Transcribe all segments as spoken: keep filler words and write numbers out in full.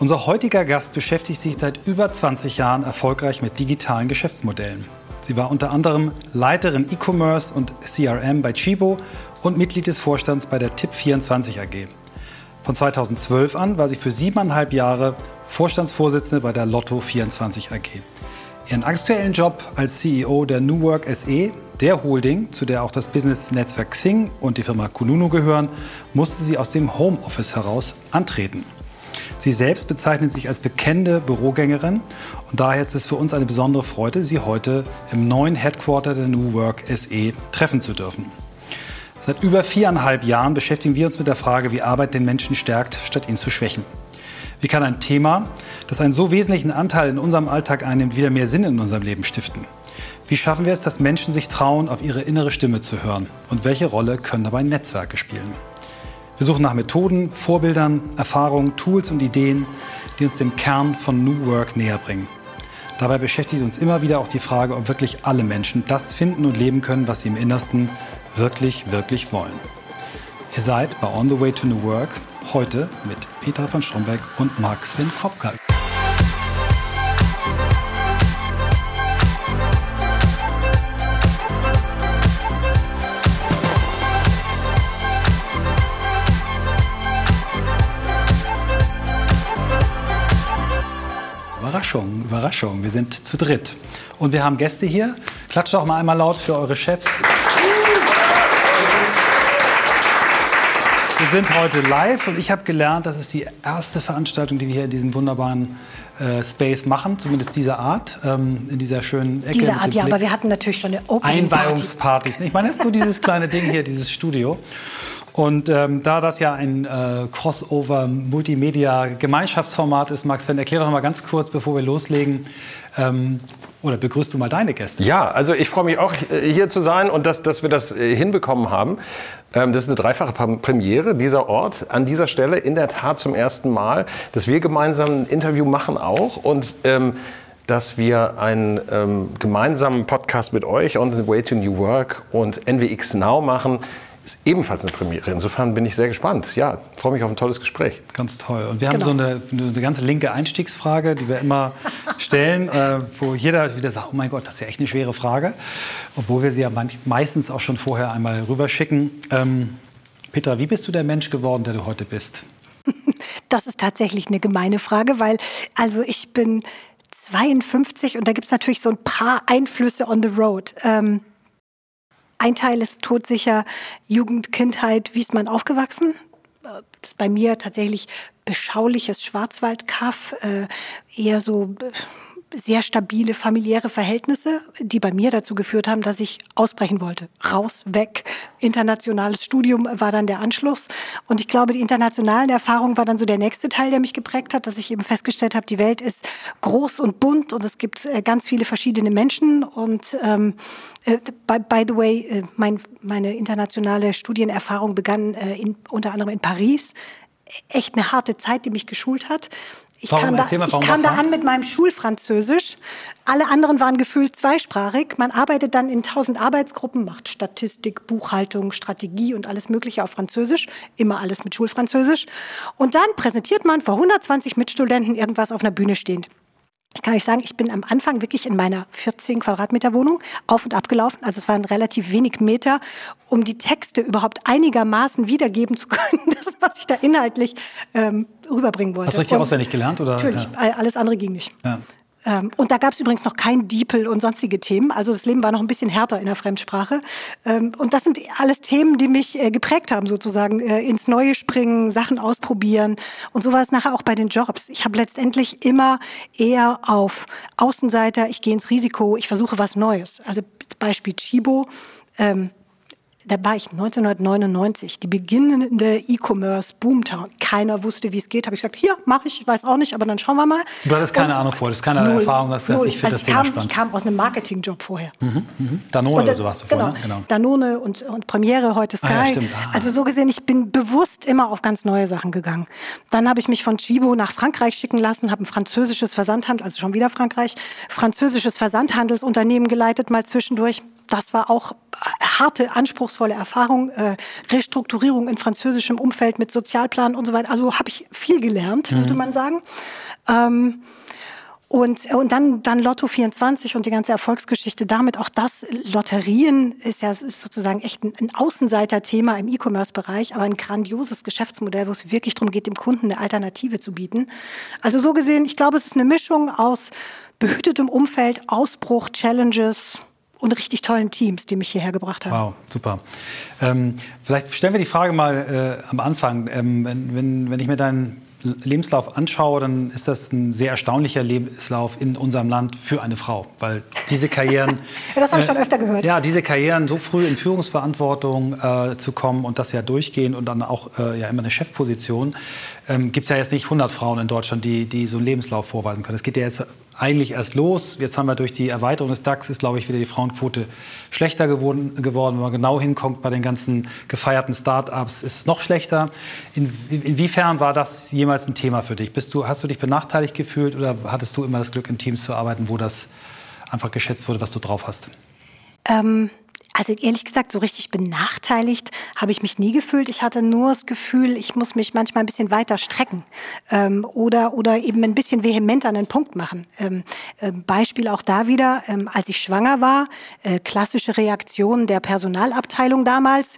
Unser heutiger Gast beschäftigt sich seit über zwanzig Jahren erfolgreich mit digitalen Geschäftsmodellen. Sie war unter anderem Leiterin E-Commerce und C R M bei Tchibo und Mitglied des Vorstands bei der T I P vierundzwanzig A G. Von zweitausendzwölf an war sie für siebeneinhalb Jahre Vorstandsvorsitzende bei der Lotto vierundzwanzig A G. Ihren aktuellen Job als C E O der New Work S E, der Holding, zu der auch das Business-Netzwerk Xing und die Firma Kununu gehören, musste sie aus dem Homeoffice heraus antreten. Sie selbst bezeichnet sich als bekennende Bürogängerin und daher ist es für uns eine besondere Freude, Sie heute im neuen Headquarter der New Work S E treffen zu dürfen. Seit über viereinhalb Jahren beschäftigen wir uns mit der Frage, wie Arbeit den Menschen stärkt, statt ihn zu schwächen. Wie kann ein Thema, das einen so wesentlichen Anteil in unserem Alltag einnimmt, wieder mehr Sinn in unserem Leben stiften? Wie schaffen wir es, dass Menschen sich trauen, auf ihre innere Stimme zu hören? Und welche Rolle können dabei Netzwerke spielen? Wir suchen nach Methoden, Vorbildern, Erfahrungen, Tools und Ideen, die uns dem Kern von New Work näher bringen. Dabei beschäftigt uns immer wieder auch die Frage, ob wirklich alle Menschen das finden und leben können, was sie im Innersten wirklich, wirklich wollen. Ihr seid bei On the Way to New Work, heute mit Petra von Strombeck und Marc-Sven Kopka. Überraschung, Überraschung, wir sind zu dritt. Und wir haben Gäste hier. Klatscht doch mal einmal laut für eure Chefs. Wir sind heute live und ich habe gelernt, das ist die erste Veranstaltung, die wir hier in diesem wunderbaren äh, Space machen, zumindest dieser Art, ähm, in dieser schönen Ecke. Diese Art, ja, aber wir hatten natürlich schon eine Opening-Einweihungspartys. Ich meine, das ist nur dieses kleine Ding hier, dieses Studio. Und ähm, da das ja ein äh, Crossover-Multimedia-Gemeinschaftsformat ist, Marc-Sven, erklär doch mal ganz kurz, bevor wir loslegen, ähm, oder begrüßt du mal deine Gäste? Ja, also ich freue mich auch, hier zu sein und dass, dass wir das hinbekommen haben. Ähm, das ist eine dreifache Premiere, dieser Ort an dieser Stelle, in der Tat zum ersten Mal, dass wir gemeinsam ein Interview machen auch und ähm, dass wir einen ähm, gemeinsamen Podcast mit euch, On the Way to New Work und N W X Now machen. Ist ebenfalls eine Premiere. Insofern bin ich sehr gespannt. Ja, freue mich auf ein tolles Gespräch. Ganz toll. Und wir haben Genau. so eine, eine ganz linke Einstiegsfrage, die wir immer stellen, äh, wo jeder wieder sagt, oh mein Gott, das ist ja echt eine schwere Frage. Obwohl wir sie ja manch, meistens auch schon vorher einmal rüberschicken. Ähm, Petra, wie bist du der Mensch geworden, der du heute bist? Das ist tatsächlich eine gemeine Frage, weil also ich bin zweiundfünfzig und da gibt es natürlich so ein paar Einflüsse on the road. Ähm, Ein Teil ist todsicher Jugend, Kindheit, wie ist man aufgewachsen? Das ist bei mir tatsächlich beschauliches Schwarzwaldkaff, äh, eher so äh, sehr stabile familiäre Verhältnisse, die bei mir dazu geführt haben, dass ich ausbrechen wollte. Raus, weg. Internationales Studium war dann der Anschluss. Und ich glaube, die internationalen Erfahrungen war dann so der nächste Teil, der mich geprägt hat, dass ich eben festgestellt habe, die Welt ist groß und bunt und es gibt äh, ganz viele verschiedene Menschen. Und ähm, äh, by, by the way, äh, mein, meine internationale Studienerfahrung begann äh, in, unter anderem in Paris. Echt eine harte Zeit, die mich geschult hat. Ich Warum? kam, da, Erzähl mal, ich warum kam da das an mit meinem Schulfranzösisch. Alle anderen waren gefühlt zweisprachig. Man arbeitet dann in tausend Arbeitsgruppen, macht Statistik, Buchhaltung, Strategie und alles Mögliche auf Französisch. Immer alles mit Schulfranzösisch. Und dann präsentiert man vor hundertzwanzig Mitstudenten irgendwas auf einer Bühne stehend. Ich kann euch sagen, ich bin am Anfang wirklich in meiner vierzehn Quadratmeter Wohnung auf und ab gelaufen. Also es waren relativ wenig Meter, um die Texte überhaupt einigermaßen wiedergeben zu können, das, was ich da inhaltlich ähm, rüberbringen wollte. Hast du richtig und auswendig gelernt? Oder? Natürlich, Ja. alles andere ging nicht. Ja. Ähm, und da gab es übrigens noch kein DeepL und sonstige Themen. Also das Leben war noch ein bisschen härter in der Fremdsprache. Ähm, und das sind alles Themen, die mich äh, geprägt haben, sozusagen. Äh, ins Neue springen, Sachen ausprobieren. Und so war es nachher auch bei den Jobs. Ich habe letztendlich immer eher auf Außenseiter, ich gehe ins Risiko, ich versuche was Neues. Also Beispiel Tchibo. Ähm, Da war ich neunzehnhundertneunundneunzig, die beginnende E-Commerce-Boomtown. Keiner wusste, wie es geht. Habe ich gesagt, hier, mache ich, weiß auch nicht, aber dann schauen wir mal. Du hattest keine Und Ahnung vorher, du hast keine null, Erfahrung, hast gesagt, null. ich finde also das Thema kam, spannend. Ich kam aus einem Marketingjob vorher. Mhm, mhm. Danone Und, oder so warst du genau, vorher, ne? Genau. Danone und, und Premiere, heute Sky. Ah, ja, stimmt. Ah. Also so gesehen, ich bin bewusst immer auf ganz neue Sachen gegangen. Dann habe ich mich von Tchibo nach Frankreich schicken lassen, habe ein französisches Versandhandel, also schon wieder Frankreich, französisches Versandhandelsunternehmen geleitet, mal zwischendurch. das war auch harte, anspruchsvolle Erfahrung, äh, Restrukturierung in französischem Umfeld mit Sozialplan und so weiter. Also habe ich viel gelernt, mhm. würde man sagen. Ähm, Und, und dann, dann Lotto vierundzwanzig und die ganze Erfolgsgeschichte damit. Auch das, Lotterien ist ja sozusagen echt ein, ein Außenseiter-Thema im E-Commerce-Bereich, aber ein grandioses Geschäftsmodell, wo es wirklich darum geht, dem Kunden eine Alternative zu bieten. Also so gesehen, ich glaube, es ist eine Mischung aus behütetem Umfeld, Ausbruch, Challenges und richtig tollen Teams, die mich hierher gebracht haben. Wow, super. Ähm, vielleicht stellen wir die Frage mal äh, am Anfang. Ähm, wenn, wenn, wenn ich mir deinen Lebenslauf anschaue, dann ist das ein sehr erstaunlicher Lebenslauf in unserem Land für eine Frau, weil diese Karrieren... ja, das habe ich schon öfter gehört. Ja, diese Karrieren, so früh in Führungsverantwortung äh, zu kommen und das ja durchgehen und dann auch äh, ja immer eine Chefposition, ähm, gibt es ja jetzt nicht hundert Frauen in Deutschland, die, die so einen Lebenslauf vorweisen können. Das geht ja jetzt eigentlich erst los. Jetzt haben wir durch die Erweiterung des DAX, ist, glaube ich, wieder die Frauenquote schlechter geworden. geworden. Wenn man genau hinkommt, bei den ganzen gefeierten Start-ups ist es noch schlechter. In, in, inwiefern war das jemals ein Thema für dich? Bist du, hast du dich benachteiligt gefühlt oder hattest du immer das Glück, in Teams zu arbeiten, wo das einfach geschätzt wurde, was du drauf hast? Ähm, also ehrlich gesagt, so richtig benachteiligt habe ich mich nie gefühlt. Ich hatte nur das Gefühl, ich muss mich manchmal ein bisschen weiter strecken ähm, oder, oder eben ein bisschen vehementer an den Punkt machen. Ähm, äh, Beispiel auch da wieder, ähm, als ich schwanger war, äh, klassische Reaktion der Personalabteilung damals.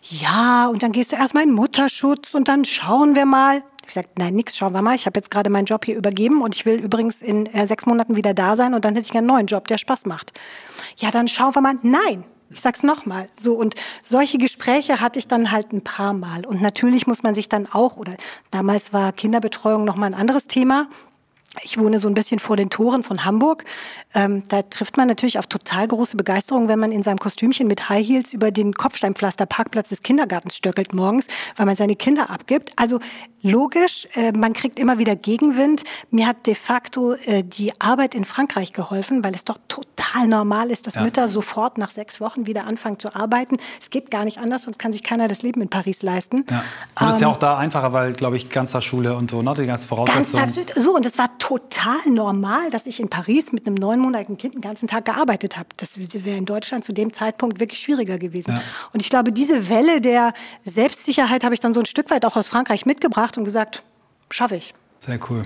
Ja, und dann gehst du erstmal in Mutterschutz und dann schauen wir mal. Ich habe gesagt, nein, nix, schauen wir mal. Ich habe jetzt gerade meinen Job hier übergeben und ich will übrigens in äh, sechs Monaten wieder da sein und dann hätte ich einen neuen Job, der Spaß macht. Ja, dann schauen wir mal. Nein, ich sag's nochmal. So, und solche Gespräche hatte ich dann halt ein paar Mal. Und natürlich muss man sich dann auch, oder damals war Kinderbetreuung nochmal ein anderes Thema. Ich wohne so ein bisschen vor den Toren von Hamburg. Ähm, da trifft man natürlich auf total große Begeisterung, wenn man in seinem Kostümchen mit High Heels über den Kopfsteinpflaster-Parkplatz des Kindergartens stöckelt morgens, weil man seine Kinder abgibt. Also logisch, äh, man kriegt immer wieder Gegenwind. Mir hat de facto äh, die Arbeit in Frankreich geholfen, weil es doch total normal ist, dass ja. Mütter sofort nach sechs Wochen wieder anfangen zu arbeiten. Es geht gar nicht anders, sonst kann sich keiner das Leben in Paris leisten. Ja. Und es ähm, ist ja auch da einfacher, weil, glaube ich, Ganztagsschule und so, ne, die ganzen Voraussetzungen. Ganztags, so, und das war total normal, dass ich in Paris mit einem neunmonatigen Kind den ganzen Tag gearbeitet habe. Das wäre in Deutschland zu dem Zeitpunkt wirklich schwieriger gewesen. Ja. Und ich glaube, diese Welle der Selbstsicherheit habe ich dann so ein Stück weit auch aus Frankreich mitgebracht und gesagt, schaffe ich. Sehr cool.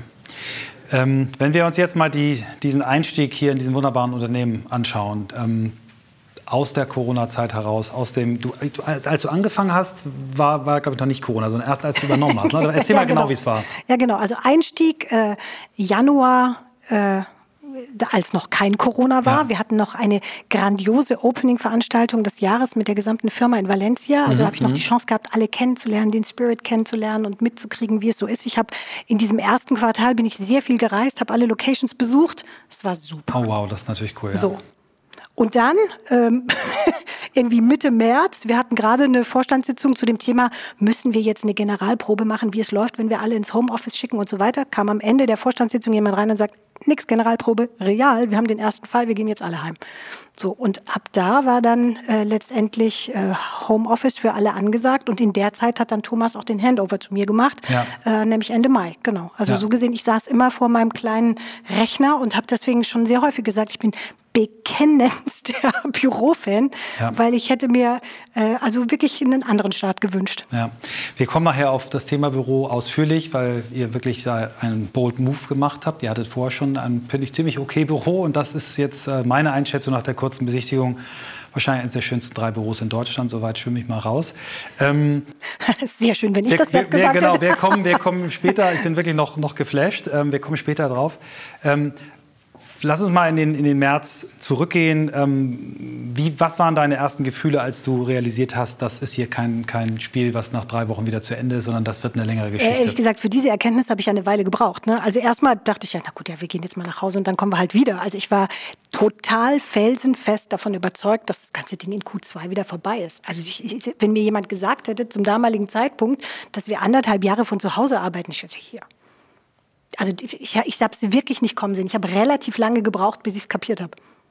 Ähm, wenn wir uns jetzt mal die, diesen Einstieg hier in diesem wunderbaren Unternehmen anschauen, ähm, aus der Corona-Zeit heraus, aus dem, du, als du angefangen hast, war, war glaube ich, noch nicht Corona, sondern erst als du übernommen hast. Ne? Erzähl ja, mal genau, genau wie es war. Ja, genau. Also Einstieg äh, Januar, äh, als noch kein Corona war. Ja. Wir hatten noch eine grandiose Opening-Veranstaltung des Jahres mit der gesamten Firma in Valencia. Also mhm. habe ich noch die Chance gehabt, alle kennenzulernen, den Spirit kennenzulernen und mitzukriegen, wie es so ist. Ich habe in diesem ersten Quartal bin ich sehr viel gereist, habe alle Locations besucht. Es war super. Oh wow, das ist natürlich cool. Ja. So. Und dann, ähm, irgendwie Mitte März, wir hatten gerade eine Vorstandssitzung zu dem Thema, müssen wir jetzt eine Generalprobe machen, wie es läuft, wenn wir alle ins Homeoffice schicken und so weiter. Kam am Ende der Vorstandssitzung jemand rein und sagt, nix Generalprobe, real, wir haben den ersten Fall, wir gehen jetzt alle heim. So, und ab da war dann äh, letztendlich äh, Homeoffice für alle angesagt und in der Zeit hat dann Thomas auch den Handover zu mir gemacht, ja. äh, nämlich Ende Mai, genau. Also ja. so gesehen, ich saß immer vor meinem kleinen Rechner und habe deswegen schon sehr häufig gesagt, ich bin bekennendster Bürofan, ja. weil ich hätte mir äh, also wirklich einen anderen Start gewünscht. Ja. Wir kommen nachher auf das Thema Büro ausführlich, weil ihr wirklich einen bold Move gemacht habt. Ihr hattet vorher schon ein, finde ich, ziemlich okay Büro und das ist jetzt äh, meine Einschätzung nach der kurzen Besichtigung wahrscheinlich eines der schönsten drei Büros in Deutschland. Soweit schwimme ich mal raus. Ähm, Sehr schön, wenn ich wir, das jetzt wir, gesagt genau, hätte. Wir kommen, wir kommen später, ich bin wirklich noch, noch geflasht, ähm, wir kommen später drauf. Ähm, Lass uns mal in den, in den März zurückgehen. Ähm, wie, was waren deine ersten Gefühle, als du realisiert hast, das ist hier kein, kein Spiel, was nach drei Wochen wieder zu Ende ist, sondern das wird eine längere Geschichte? Ehrlich gesagt, für diese Erkenntnis habe ich eine Weile gebraucht. Ne? Also erstmal dachte ich ja, na gut, ja, wir gehen jetzt mal nach Hause und dann kommen wir halt wieder. Also ich war total felsenfest davon überzeugt, dass das ganze Ding in Q zwei wieder vorbei ist. Also ich, ich, wenn mir jemand gesagt hätte zum damaligen Zeitpunkt, dass wir anderthalb Jahre von zu Hause arbeiten, ich hätte hier. Also ich, ich habe es wirklich nicht kommen sehen. Ich habe relativ lange gebraucht, bis ich es kapiert habe.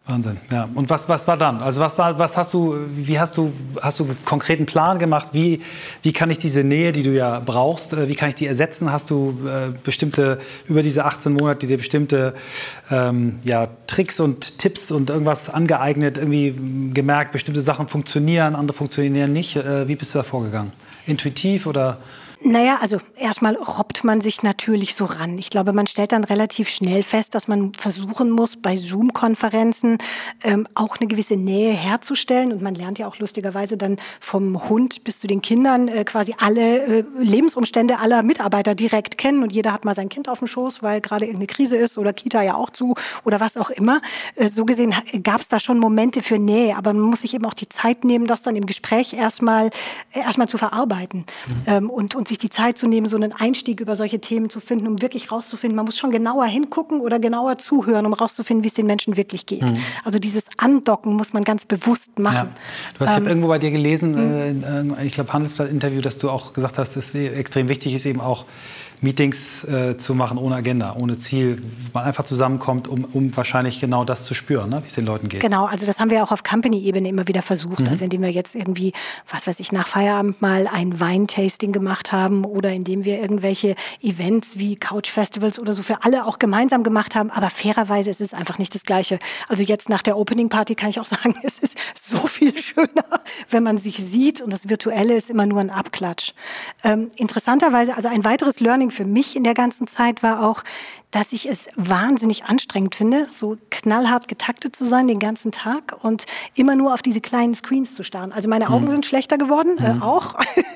Wahnsinn, ja. Und was, was war dann? Also was war, was hast du, wie hast du, hast du einen konkreten Plan gemacht? Wie, wie kann ich diese Nähe, die du ja brauchst, wie kann ich die ersetzen? Hast du äh, bestimmte, über diese achtzehn Monate, dir bestimmte ähm, ja, Tricks und Tipps und irgendwas angeeignet, irgendwie gemerkt, bestimmte Sachen funktionieren, andere funktionieren nicht? Äh, wie bist du da vorgegangen? Intuitiv oder? Naja, also erstmal robbt man sich natürlich so ran. Ich glaube, man stellt dann relativ schnell fest, dass man versuchen muss, bei Zoom-Konferenzen ähm, auch eine gewisse Nähe herzustellen. Und man lernt ja auch lustigerweise dann vom Hund bis zu den Kindern äh, quasi alle äh, Lebensumstände aller Mitarbeiter direkt kennen. Und jeder hat mal sein Kind auf dem Schoß, weil gerade irgendeine Krise ist oder Kita ja auch zu oder was auch immer. Äh, so gesehen gab es da schon Momente für Nähe. Aber man muss sich eben auch die Zeit nehmen, das dann im Gespräch erstmal äh, erstmal zu verarbeiten. Mhm. Ähm, und, und sich die Zeit zu nehmen, so einen Einstieg über solche Themen zu finden, um wirklich rauszufinden, man muss schon genauer hingucken oder genauer zuhören, um rauszufinden, wie es den Menschen wirklich geht. Mhm. Also dieses Andocken muss man ganz bewusst machen. Ja. Du hast, ähm, ich habe irgendwo bei dir gelesen, mhm. äh, ich glaube Handelsblatt-Interview, dass du auch gesagt hast, dass es extrem wichtig ist, eben auch Meetings äh, zu machen ohne Agenda, ohne Ziel. Man einfach zusammenkommt, um, um wahrscheinlich genau das zu spüren, ne? Wie es den Leuten geht. Genau, also das haben wir auch auf Company-Ebene immer wieder versucht. Mhm. Also indem wir jetzt irgendwie, was weiß ich, nach Feierabend mal ein Weintasting gemacht haben oder indem wir irgendwelche Events wie Couch-Festivals oder so für alle auch gemeinsam gemacht haben. Aber fairerweise ist es einfach nicht das Gleiche. Also jetzt nach der Opening-Party kann ich auch sagen, es ist so viel schöner, wenn man sich sieht und das Virtuelle ist immer nur ein Abklatsch. Ähm, interessanterweise, also ein weiteres Learning für mich in der ganzen Zeit war auch, dass ich es wahnsinnig anstrengend finde, so knallhart getaktet zu sein den ganzen Tag und immer nur auf diese kleinen Screens zu starren. Also meine Augen mhm. sind schlechter geworden, äh, mhm. auch.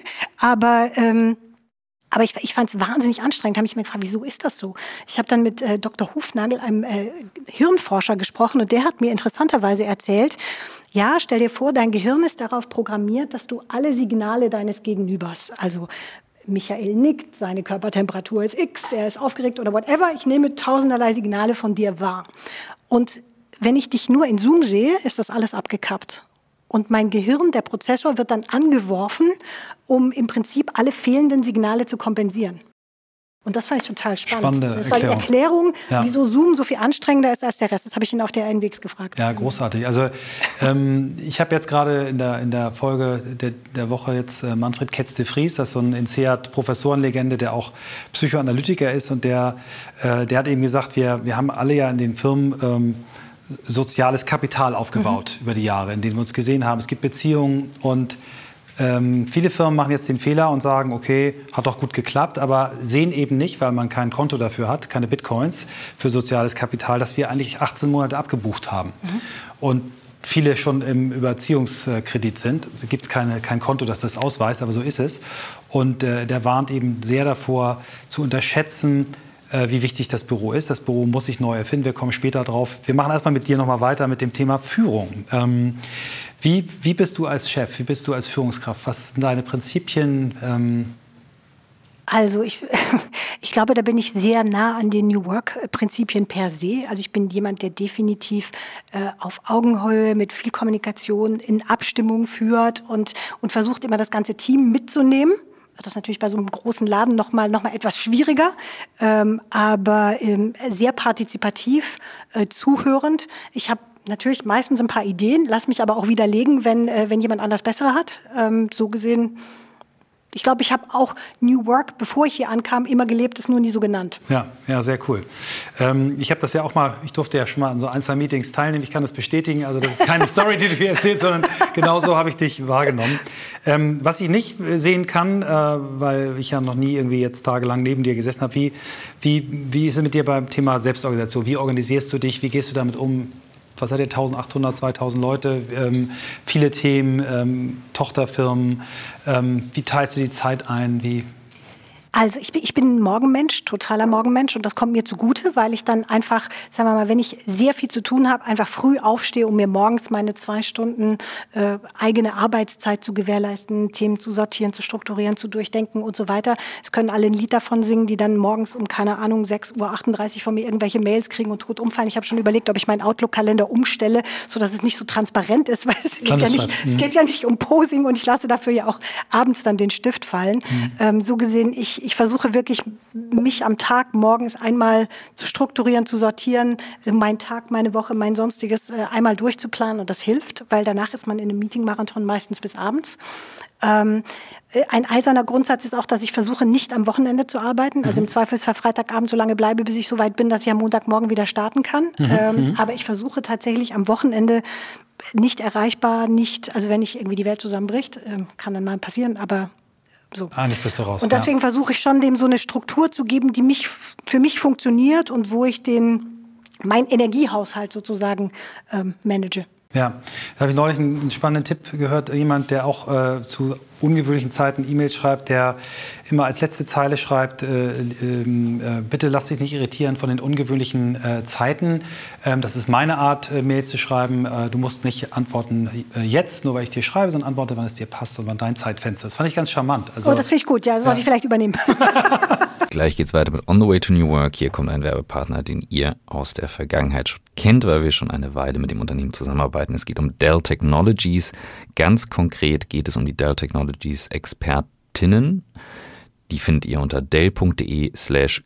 Aber ähm, Aber ich, ich fand es wahnsinnig anstrengend. Da habe ich mir gefragt, wieso ist das so? Ich habe dann mit äh, Doktor Hufnagel, einem äh, Hirnforscher, gesprochen und der hat mir interessanterweise erzählt, ja, stell dir vor, dein Gehirn ist darauf programmiert, dass du alle Signale deines Gegenübers, also Michael nickt, seine Körpertemperatur ist X, er ist aufgeregt oder whatever. Ich nehme tausenderlei Signale von dir wahr. Und wenn ich dich nur in Zoom sehe, ist das alles abgekappt. Und mein Gehirn, der Prozessor, wird dann angeworfen, um im Prinzip alle fehlenden Signale zu kompensieren. Und das fand ich total spannend. Spannende das war die Erklärung, ja. wieso Zoom so viel anstrengender ist als der Rest. Das habe ich ihn auf der N W X gefragt. Ja, großartig. Also ähm, ich habe jetzt gerade in der, in der Folge der, der Woche jetzt äh, Manfred Ketz de Vries, das ist so ein INSEAD-Professorenlegende, der auch Psychoanalytiker ist. Und der, äh, der hat eben gesagt, wir, wir haben alle ja in den Firmen ähm, soziales Kapital aufgebaut mhm. über die Jahre, in denen wir uns gesehen haben. Es gibt Beziehungen und Ähm, viele Firmen machen jetzt den Fehler und sagen, okay, hat doch gut geklappt, aber sehen eben nicht, weil man kein Konto dafür hat, keine Bitcoins für soziales Kapital, dass wir eigentlich achtzehn Monate abgebucht haben. Mhm. Und viele schon im Überziehungskredit sind. Da gibt es keine, kein Konto, das das ausweist, aber so ist es. Und äh, der warnt eben sehr davor, zu unterschätzen, äh, wie wichtig das Büro ist. Das Büro muss sich neu erfinden. Wir kommen später drauf. Wir machen erstmal mit dir noch mal weiter mit dem Thema Führung. Ähm, Wie, wie bist du als Chef, wie bist du als Führungskraft? Was sind deine Prinzipien? Ähm Also ich, ich glaube, da bin ich sehr nah an den New Work-Prinzipien per se. Also ich bin jemand, der definitiv äh, auf Augenhöhe mit viel Kommunikation in Abstimmung führt und, und versucht immer das ganze Team mitzunehmen. Das ist natürlich bei so einem großen Laden noch mal, noch mal etwas schwieriger, ähm, aber ähm, sehr partizipativ, äh, zuhörend. Ich habe natürlich meistens ein paar Ideen, lass mich aber auch widerlegen, wenn, äh, wenn jemand anders bessere hat. Ähm, so gesehen, ich glaube, ich habe auch New Work, bevor ich hier ankam, immer gelebt, ist nur nie so genannt. Ja, ja, sehr cool. Ähm, ich habe das ja auch mal, ich durfte ja schon mal an so ein, zwei Meetings teilnehmen, ich kann das bestätigen, also das ist keine Story, die du hier erzählst, sondern genauso habe ich dich wahrgenommen. Ähm, was ich nicht sehen kann, äh, weil ich ja noch nie irgendwie jetzt tagelang neben dir gesessen habe, wie, wie, wie ist es mit dir beim Thema Selbstorganisation? Wie organisierst du dich, wie gehst du damit um? Was seid ihr, eintausendachthundert, zweitausend Leute, ähm, viele Themen, ähm, Tochterfirmen. Ähm, wie teilst du die Zeit ein? Wie Also ich bin, ich bin ein Morgenmensch, totaler Morgenmensch und das kommt mir zugute, weil ich dann einfach, sagen wir mal, wenn ich sehr viel zu tun habe, einfach früh aufstehe, um mir morgens meine zwei Stunden äh, eigene Arbeitszeit zu gewährleisten, Themen zu sortieren, zu strukturieren, zu durchdenken und so weiter. Es können alle ein Lied davon singen, die dann morgens um, keine Ahnung, sechs Uhr achtunddreißig von mir irgendwelche Mails kriegen und tot umfallen. Ich habe schon überlegt, ob ich meinen Outlook-Kalender umstelle, sodass es nicht so transparent ist, weil es geht, ja nicht, es geht ja nicht um Posing und ich lasse dafür ja auch abends dann den Stift fallen. Mhm. Ähm, so gesehen, ich ich versuche wirklich, mich am Tag morgens einmal zu strukturieren, zu sortieren, meinen Tag, meine Woche, mein Sonstiges äh, einmal durchzuplanen. Und das hilft, weil danach ist man in einem Meeting-Marathon meistens bis abends. Ähm, ein eiserner Grundsatz ist auch, dass ich versuche, nicht am Wochenende zu arbeiten. Also im Zweifelsfall Freitagabend so lange bleibe, bis ich so weit bin, dass ich am Montagmorgen wieder starten kann. Mhm. Ähm, aber ich versuche tatsächlich am Wochenende nicht erreichbar, nicht, also wenn nicht irgendwie die Welt zusammenbricht, ähm, kann dann mal passieren, aber so. Eigentlich bist du raus. Und deswegen ja. versuche ich schon, dem so eine Struktur zu geben, die mich für mich funktioniert und wo ich den mein Energiehaushalt sozusagen ähm, manage. Ja, da habe ich neulich einen, einen spannenden Tipp gehört. Jemand, der auch äh, zu ungewöhnlichen Zeiten E-Mails schreibt, der immer als letzte Zeile schreibt, äh, äh, bitte lass dich nicht irritieren von den ungewöhnlichen äh, Zeiten. Ähm, das ist meine Art, äh, Mails zu schreiben. Äh, du musst nicht antworten äh, jetzt, nur weil ich dir schreibe, sondern antworte, wann es dir passt und wann dein Zeitfenster ist. Das fand ich ganz charmant. Also, oh, das finde ich gut. Ja, das sollte ja. ich vielleicht übernehmen. Gleich geht's weiter mit On the Way to New Work. Hier kommt ein Werbepartner, den ihr aus der Vergangenheit schon kennt, weil wir schon eine Weile mit dem Unternehmen zusammenarbeiten. Es geht um Dell Technologies. Ganz konkret geht es um die Dell Technologies Expertinnen. Die findet ihr unter dell.de slash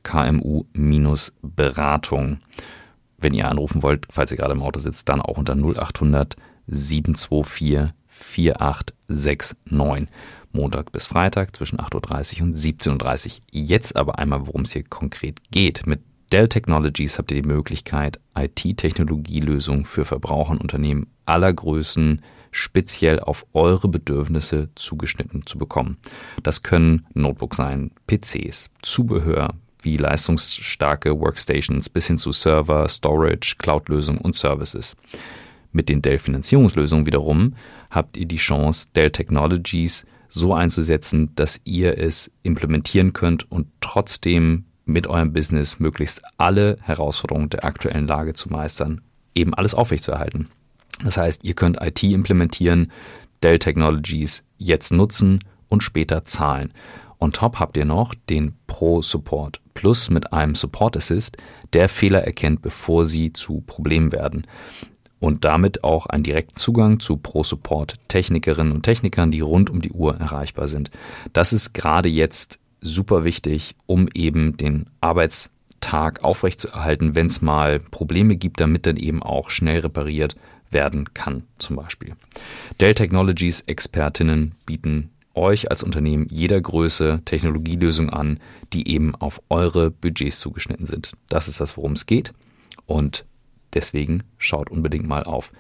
kmu-beratung. Wenn ihr anrufen wollt, falls ihr gerade im Auto sitzt, dann auch unter null acht hundert sieben zwei vier vier acht sechs neun. Montag bis Freitag zwischen acht Uhr dreißig und siebzehn Uhr dreißig. Jetzt aber einmal, worum es hier konkret geht. Mit Dell Technologies habt ihr die Möglichkeit, I T-Technologielösungen für Verbraucher und Unternehmen aller Größen speziell auf eure Bedürfnisse zugeschnitten zu bekommen. Das können Notebooks sein, P Cs, Zubehör wie leistungsstarke Workstations bis hin zu Server, Storage, Cloud-Lösungen und Services. Mit den Dell-Finanzierungslösungen wiederum habt ihr die Chance, Dell Technologies so einzusetzen, dass ihr es implementieren könnt und trotzdem mit eurem Business möglichst alle Herausforderungen der aktuellen Lage zu meistern, eben alles aufrechtzuerhalten. Das heißt, ihr könnt I T implementieren, Dell Technologies jetzt nutzen und später zahlen. On top habt ihr noch den Pro Support Plus mit einem Support Assist, der Fehler erkennt, bevor sie zu Problemen werden. Und damit auch einen direkten Zugang zu Pro-Support-Technikerinnen und Technikern, die rund um die Uhr erreichbar sind. Das ist gerade jetzt super wichtig, um eben den Arbeitstag aufrechtzuerhalten, wenn es mal Probleme gibt, damit dann eben auch schnell repariert werden kann, zum Beispiel. Dell Technologies Expertinnen bieten euch als Unternehmen jeder Größe Technologielösungen an, die eben auf eure Budgets zugeschnitten sind. Das ist das, worum es geht. Und deswegen schaut unbedingt mal auf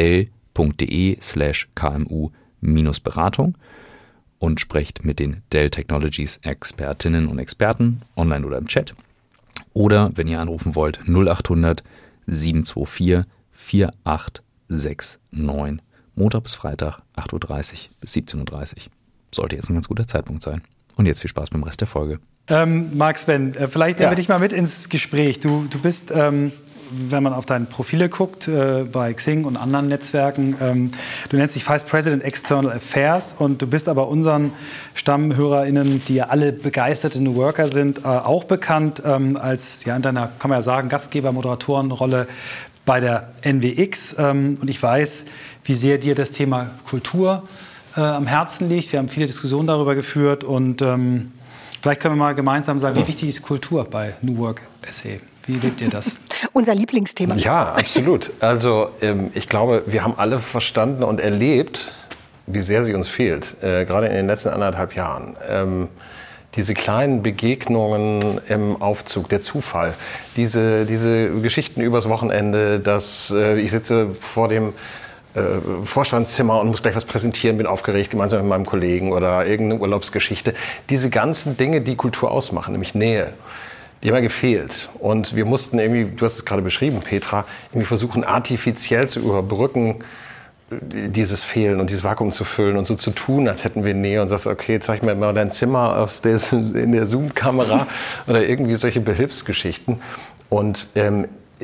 dell.de slash kmu-beratung und sprecht mit den Dell Technologies Expertinnen und Experten online oder im Chat. Oder wenn ihr anrufen wollt, null acht hundert sieben zwei vier vier acht sechs neun. Montag bis Freitag, acht Uhr dreißig bis siebzehn Uhr dreißig. Sollte jetzt ein ganz guter Zeitpunkt sein. Und jetzt viel Spaß beim Rest der Folge. Ähm, Marc Sven, äh, vielleicht nehmen Ja. wir dich mal mit ins Gespräch. Du, du bist, ähm, wenn man auf deine Profile guckt, äh, bei Xing und anderen Netzwerken, ähm, du nennst dich Vice President External Affairs und du bist aber unseren StammhörerInnen, die ja alle begeisterte New Worker sind, äh, auch bekannt ähm, als, ja, in deiner, kann man ja sagen, Gastgeber, Moderatorenrolle bei der N W X. Ähm, und ich weiß, wie sehr dir das Thema Kultur äh, am Herzen liegt. Wir haben viele Diskussionen darüber geführt und ähm, vielleicht können wir mal gemeinsam sagen, wie wichtig ist Kultur bei New Work S E? Wie lebt ihr das? Unser Lieblingsthema. Ja, absolut. Also ähm, ich glaube, wir haben alle verstanden und erlebt, wie sehr sie uns fehlt, äh, gerade in den letzten anderthalb Jahren. Ähm, diese kleinen Begegnungen im Aufzug, der Zufall, diese, diese Geschichten übers Wochenende, dass äh, ich sitze vor dem äh, Vorstandszimmer und muss gleich was präsentieren, bin aufgeregt, gemeinsam mit meinem Kollegen oder irgendeine Urlaubsgeschichte. Diese ganzen Dinge, die Kultur ausmachen, nämlich Nähe, die haben ja gefehlt. Und wir mussten irgendwie, du hast es gerade beschrieben, Petra, irgendwie versuchen, artifiziell zu überbrücken, dieses Fehlen und dieses Vakuum zu füllen und so zu tun, als hätten wir Nähe und sagst, okay, zeig mir mal dein Zimmer aus der, in der Zoom-Kamera oder irgendwie solche Behilfsgeschichten. Und ähm,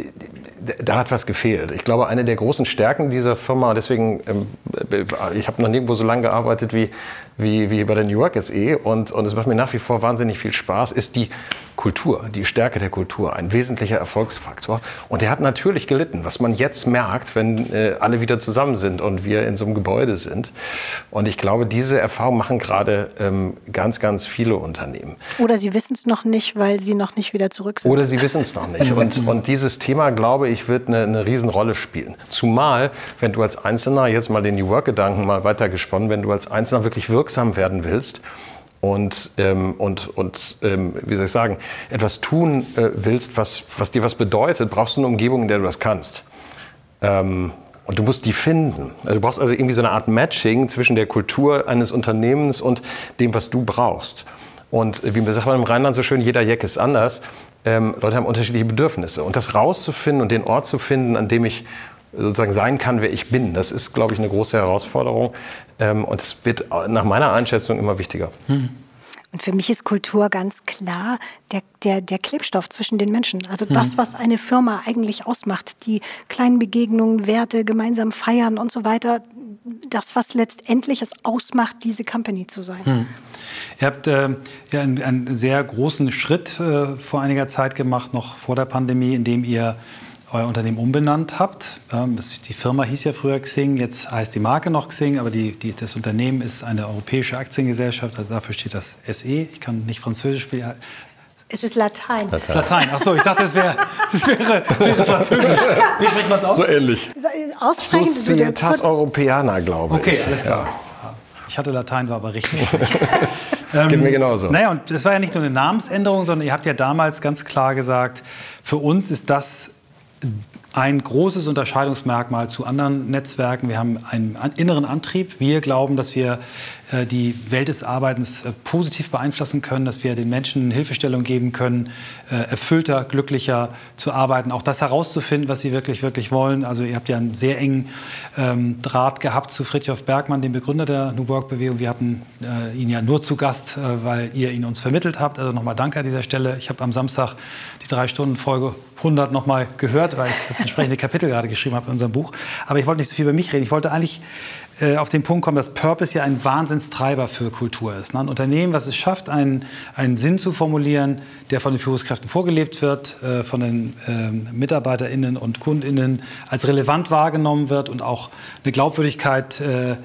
da hat was gefehlt. Ich glaube, eine der großen Stärken dieser Firma, deswegen, ähm, ich habe noch nirgendwo so lange gearbeitet wie wie, wie bei der New Work S E. Und, und es macht mir nach wie vor wahnsinnig viel Spaß, ist die Kultur, die Stärke der Kultur, ein wesentlicher Erfolgsfaktor. Und der hat natürlich gelitten, was man jetzt merkt, wenn äh, alle wieder zusammen sind und wir in so einem Gebäude sind. Und ich glaube, diese Erfahrung machen gerade ähm, ganz, ganz viele Unternehmen. Oder sie wissen es noch nicht, weil sie noch nicht wieder zurück sind. Oder sie wissen es noch nicht. Und, und dieses Thema, glaube ich, wird eine, eine Riesenrolle spielen. Zumal, wenn du als Einzelner, jetzt mal den New Work-Gedanken mal weitergesponnen, wenn du als Einzelner wirklich wirksam werden willst, Und, ähm, und, und ähm, wie soll ich sagen, etwas tun äh, willst, was, was dir was bedeutet, brauchst du eine Umgebung, in der du das kannst. Ähm, und du musst die finden. Also du brauchst also irgendwie so eine Art Matching zwischen der Kultur eines Unternehmens und dem, was du brauchst. Und wie man sagt man im Rheinland so schön, jeder Jack ist anders. Ähm, Leute haben unterschiedliche Bedürfnisse. Und das rauszufinden und den Ort zu finden, an dem ich sozusagen sein kann, wer ich bin, das ist, glaube ich, eine große Herausforderung. Ähm, und es wird nach meiner Einschätzung immer wichtiger. Hm. Und für mich ist Kultur ganz klar der, der, der Klebstoff zwischen den Menschen. Also das, was eine Firma eigentlich ausmacht. Die kleinen Begegnungen, Werte, gemeinsam feiern und so weiter. Das, was letztendlich es ausmacht, diese Company zu sein. Hm. Ihr habt äh, ja einen, einen sehr großen Schritt äh, vor einiger Zeit gemacht, noch vor der Pandemie, indem ihr euer Unternehmen umbenannt habt. Die Firma hieß ja früher Xing, jetzt heißt die Marke noch Xing, aber die, die, das Unternehmen ist eine europäische Aktiengesellschaft, also dafür steht das S E. Ich kann nicht Französisch. Es ist Latein. Es ist Latein. Ach so, ich dachte, es wäre, es wäre, wäre Französisch. Wie spricht man es aus? So ähnlich. Aussprechen. Societas Europeana, glaube ich. Okay, alles klar. Ja. Ich hatte Latein, war aber richtig. ähm, Geht mir genauso. Naja, und das war ja nicht nur eine Namensänderung, sondern ihr habt ja damals ganz klar gesagt, für uns ist das ein großes Unterscheidungsmerkmal zu anderen Netzwerken. Wir haben einen inneren Antrieb. Wir glauben, dass wir äh, die Welt des Arbeitens äh, positiv beeinflussen können, dass wir den Menschen Hilfestellung geben können, äh, erfüllter, glücklicher zu arbeiten, auch das herauszufinden, was sie wirklich, wirklich wollen. Also ihr habt ja einen sehr engen ähm, Draht gehabt zu Fridtjof Bergmann, dem Begründer der New Work-Bewegung. Wir hatten äh, ihn ja nur zu Gast, äh, weil ihr ihn uns vermittelt habt. Also nochmal danke an dieser Stelle. Ich habe am Samstag die drei-Stunden-Folge hundert noch mal gehört, weil ich das entsprechende Kapitel gerade geschrieben habe in unserem Buch. Aber ich wollte nicht so viel über mich reden. Ich wollte eigentlich äh, auf den Punkt kommen, dass Purpose ja ein Wahnsinnstreiber für Kultur ist. Ne? Ein Unternehmen, was es schafft, einen, einen Sinn zu formulieren, der von den Führungskräften vorgelebt wird, äh, von den äh, MitarbeiterInnen und KundInnen als relevant wahrgenommen wird und auch eine Glaubwürdigkeit äh,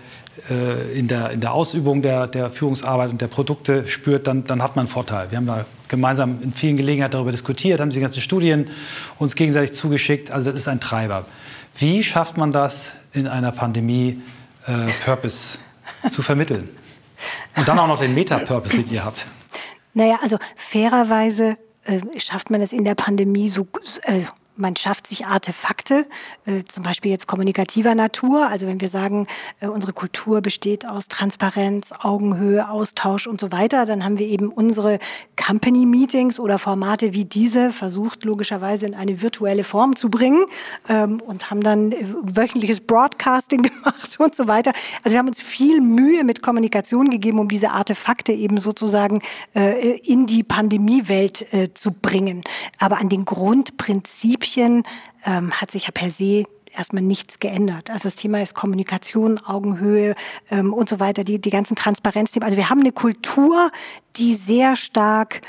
in der, in der Ausübung der, der Führungsarbeit und der Produkte spürt, dann, dann hat man einen Vorteil. Wir haben da gemeinsam in vielen Gelegenheiten darüber diskutiert, haben die ganzen Studien uns gegenseitig zugeschickt. Also das ist ein Treiber. Wie schafft man das in einer Pandemie, äh, Purpose zu vermitteln? Und dann auch noch den Meta-Purpose, den ihr habt. Naja, also fairerweise äh, schafft man es in der Pandemie so... Äh, Man schafft sich Artefakte, äh, zum Beispiel jetzt kommunikativer Natur. Also wenn wir sagen, äh, unsere Kultur besteht aus Transparenz, Augenhöhe, Austausch und so weiter, dann haben wir eben unsere Company-Meetings oder Formate wie diese versucht, logischerweise in eine virtuelle Form zu bringen ähm, und haben dann äh, wöchentliches Broadcasting gemacht und so weiter. Also wir haben uns viel Mühe mit Kommunikation gegeben, um diese Artefakte eben sozusagen äh, in die Pandemiewelt äh, zu bringen. Aber an den Grundprinzipien Ähm, hat sich ja per se erstmal nichts geändert. Also das Thema ist Kommunikation, Augenhöhe ähm, und so weiter, die, die ganzen Transparenzthemen. Also wir haben eine Kultur, die sehr stark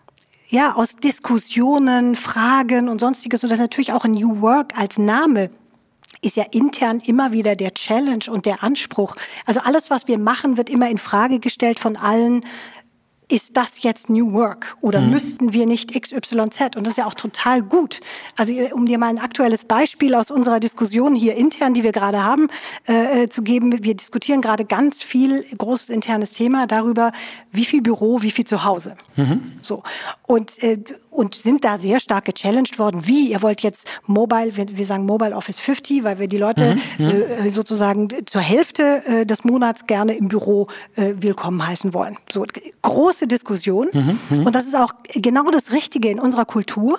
ja, aus Diskussionen, Fragen und Sonstiges, und das natürlich auch in New Work als Name ist ja intern immer wieder der Challenge und der Anspruch. Also alles, was wir machen, wird immer in Frage gestellt von allen. Ist das jetzt New Work oder mhm. müssten wir nicht X Y Z? Und das ist ja auch total gut. Also um dir mal ein aktuelles Beispiel aus unserer Diskussion hier intern, die wir gerade haben, äh, zu geben. Wir diskutieren gerade ganz viel, großes internes Thema darüber, wie viel Büro, wie viel zu Hause. Mhm. So. Und, äh, und sind da sehr stark gechallenged worden. Wie? Ihr wollt jetzt Mobile, wir, wir sagen Mobile Office fünfzig, weil wir die Leute mhm. äh, sozusagen zur Hälfte äh, des Monats gerne im Büro äh, willkommen heißen wollen. So groß Diskussion. Mhm, und das ist auch genau das Richtige in unserer Kultur.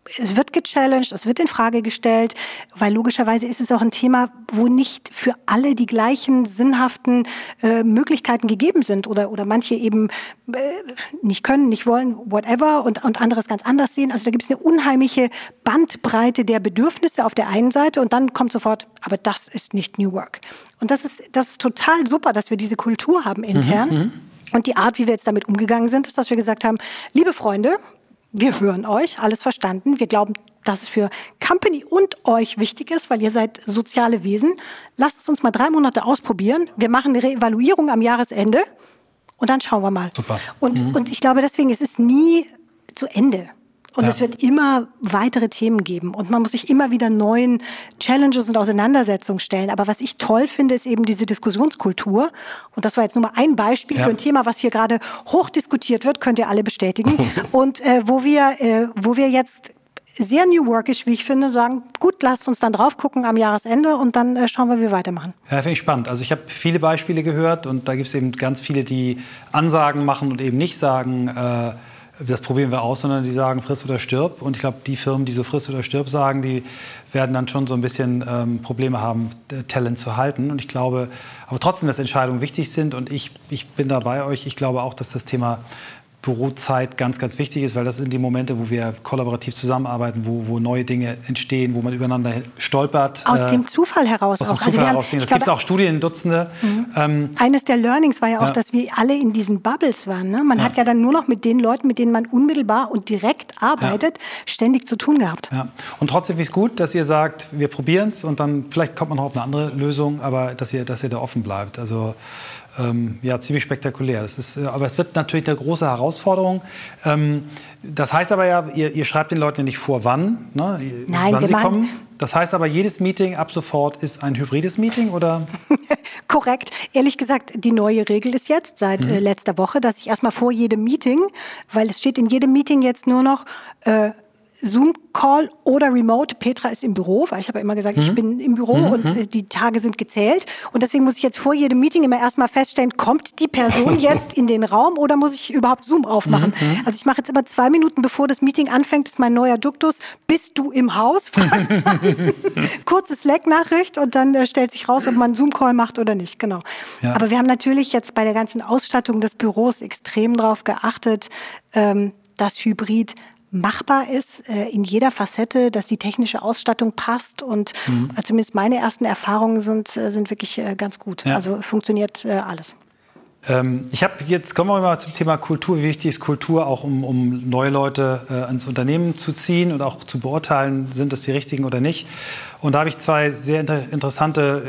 Es wird gechallenged, es wird in Frage gestellt, weil logischerweise ist es auch ein Thema, wo nicht für alle die gleichen sinnhaften äh, Möglichkeiten gegeben sind oder oder manche eben äh, nicht können, nicht wollen, whatever und und anderes ganz anders sehen. Also da gibt es eine unheimliche Bandbreite der Bedürfnisse auf der einen Seite und dann kommt sofort, aber das ist nicht New Work. Und das ist das ist total super, dass wir diese Kultur haben intern. Mhm, und die Art, wie wir jetzt damit umgegangen sind, ist, dass wir gesagt haben, liebe Freunde, wir hören euch, alles verstanden. Wir glauben, dass es für Company und euch wichtig ist, weil ihr seid soziale Wesen. Lasst es uns mal drei Monate ausprobieren. Wir machen eine Reevaluierung am Jahresende und dann schauen wir mal. Super. Und, mhm. und ich glaube, deswegen ist es nie zu Ende. Und Ja. es wird immer weitere Themen geben. Und man muss sich immer wieder neuen Challenges und Auseinandersetzungen stellen. Aber was ich toll finde, ist eben diese Diskussionskultur. Und das war jetzt nur mal ein Beispiel Ja. für ein Thema, was hier gerade hoch diskutiert wird, könnt ihr alle bestätigen. Und äh, wo wir, äh, wo wir jetzt sehr New Workish, wie ich finde, sagen, gut, lasst uns dann drauf gucken am Jahresende und dann äh, schauen wir, wie wir weitermachen. Ja, finde ich spannend. Also ich habe viele Beispiele gehört und da gibt es eben ganz viele, die Ansagen machen und eben nicht sagen, äh, das probieren wir aus, sondern die sagen, friss oder stirb. Und ich glaube, die Firmen, die so friss oder stirb sagen, die werden dann schon so ein bisschen ähm, Probleme haben, Talent zu halten. Und ich glaube, aber trotzdem, dass Entscheidungen wichtig sind. Und ich, ich bin da bei euch. Ich glaube auch, dass das Thema Bürozeit ganz, ganz wichtig ist, weil das sind die Momente, wo wir kollaborativ zusammenarbeiten, wo, wo neue Dinge entstehen, wo man übereinander stolpert. Aus äh, dem Zufall heraus aus auch. dem Zufall Also wir haben, heraus. Das ich gibt es glaube, auch Studien, Dutzende. Mhm. Ähm, Eines der Learnings war ja auch, Ja. dass wir alle in diesen Bubbles waren. Ne? Man Ja. hat ja dann nur noch mit den Leuten, mit denen man unmittelbar und direkt arbeitet, ständig zu tun gehabt. Ja. Und trotzdem finde ich es gut, dass ihr sagt, wir probieren es und dann vielleicht kommt man noch auf eine andere Lösung, aber dass ihr, dass ihr da offen bleibt. Also ähm, ja, ziemlich spektakulär. Das ist, äh, aber es wird natürlich eine große Herausforderung. Ähm, das heißt aber ja, ihr, ihr schreibt den Leuten ja nicht vor, wann, ne, Nein, wann wir sie machen- kommen. Das heißt aber, jedes Meeting ab sofort ist ein hybrides Meeting, oder? Korrekt. Ehrlich gesagt, die neue Regel ist jetzt seit äh, letzter Woche, dass ich erstmal vor jedem Meeting, weil es steht in jedem Meeting jetzt nur noch äh, Zoom-Call oder Remote. Petra ist im Büro, weil ich habe ja immer gesagt, ich bin im Büro und äh, die Tage sind gezählt. Und deswegen muss ich jetzt vor jedem Meeting immer erstmal feststellen, kommt die Person jetzt in den Raum oder muss ich überhaupt Zoom aufmachen? Also ich mache jetzt immer zwei Minuten, bevor das Meeting anfängt, ist mein neuer Duktus. Bist du im Haus? Fragezeichen. Kurze Slack-Nachricht und dann äh, stellt sich raus, ob man einen Zoom-Call macht oder nicht. Genau. Ja. Aber wir haben natürlich jetzt bei der ganzen Ausstattung des Büros extrem darauf geachtet, ähm, dass Hybrid machbar ist äh, in jeder Facette, dass die technische Ausstattung passt und Mhm. äh, zumindest meine ersten Erfahrungen sind, äh, sind wirklich äh, ganz gut. Ja. Also funktioniert äh, alles. Ähm, ich habe jetzt kommen wir mal zum Thema Kultur. Wie wichtig ist Kultur auch, um, um neue Leute äh, ins Unternehmen zu ziehen und auch zu beurteilen, sind das die richtigen oder nicht? Und da habe ich zwei sehr inter interessante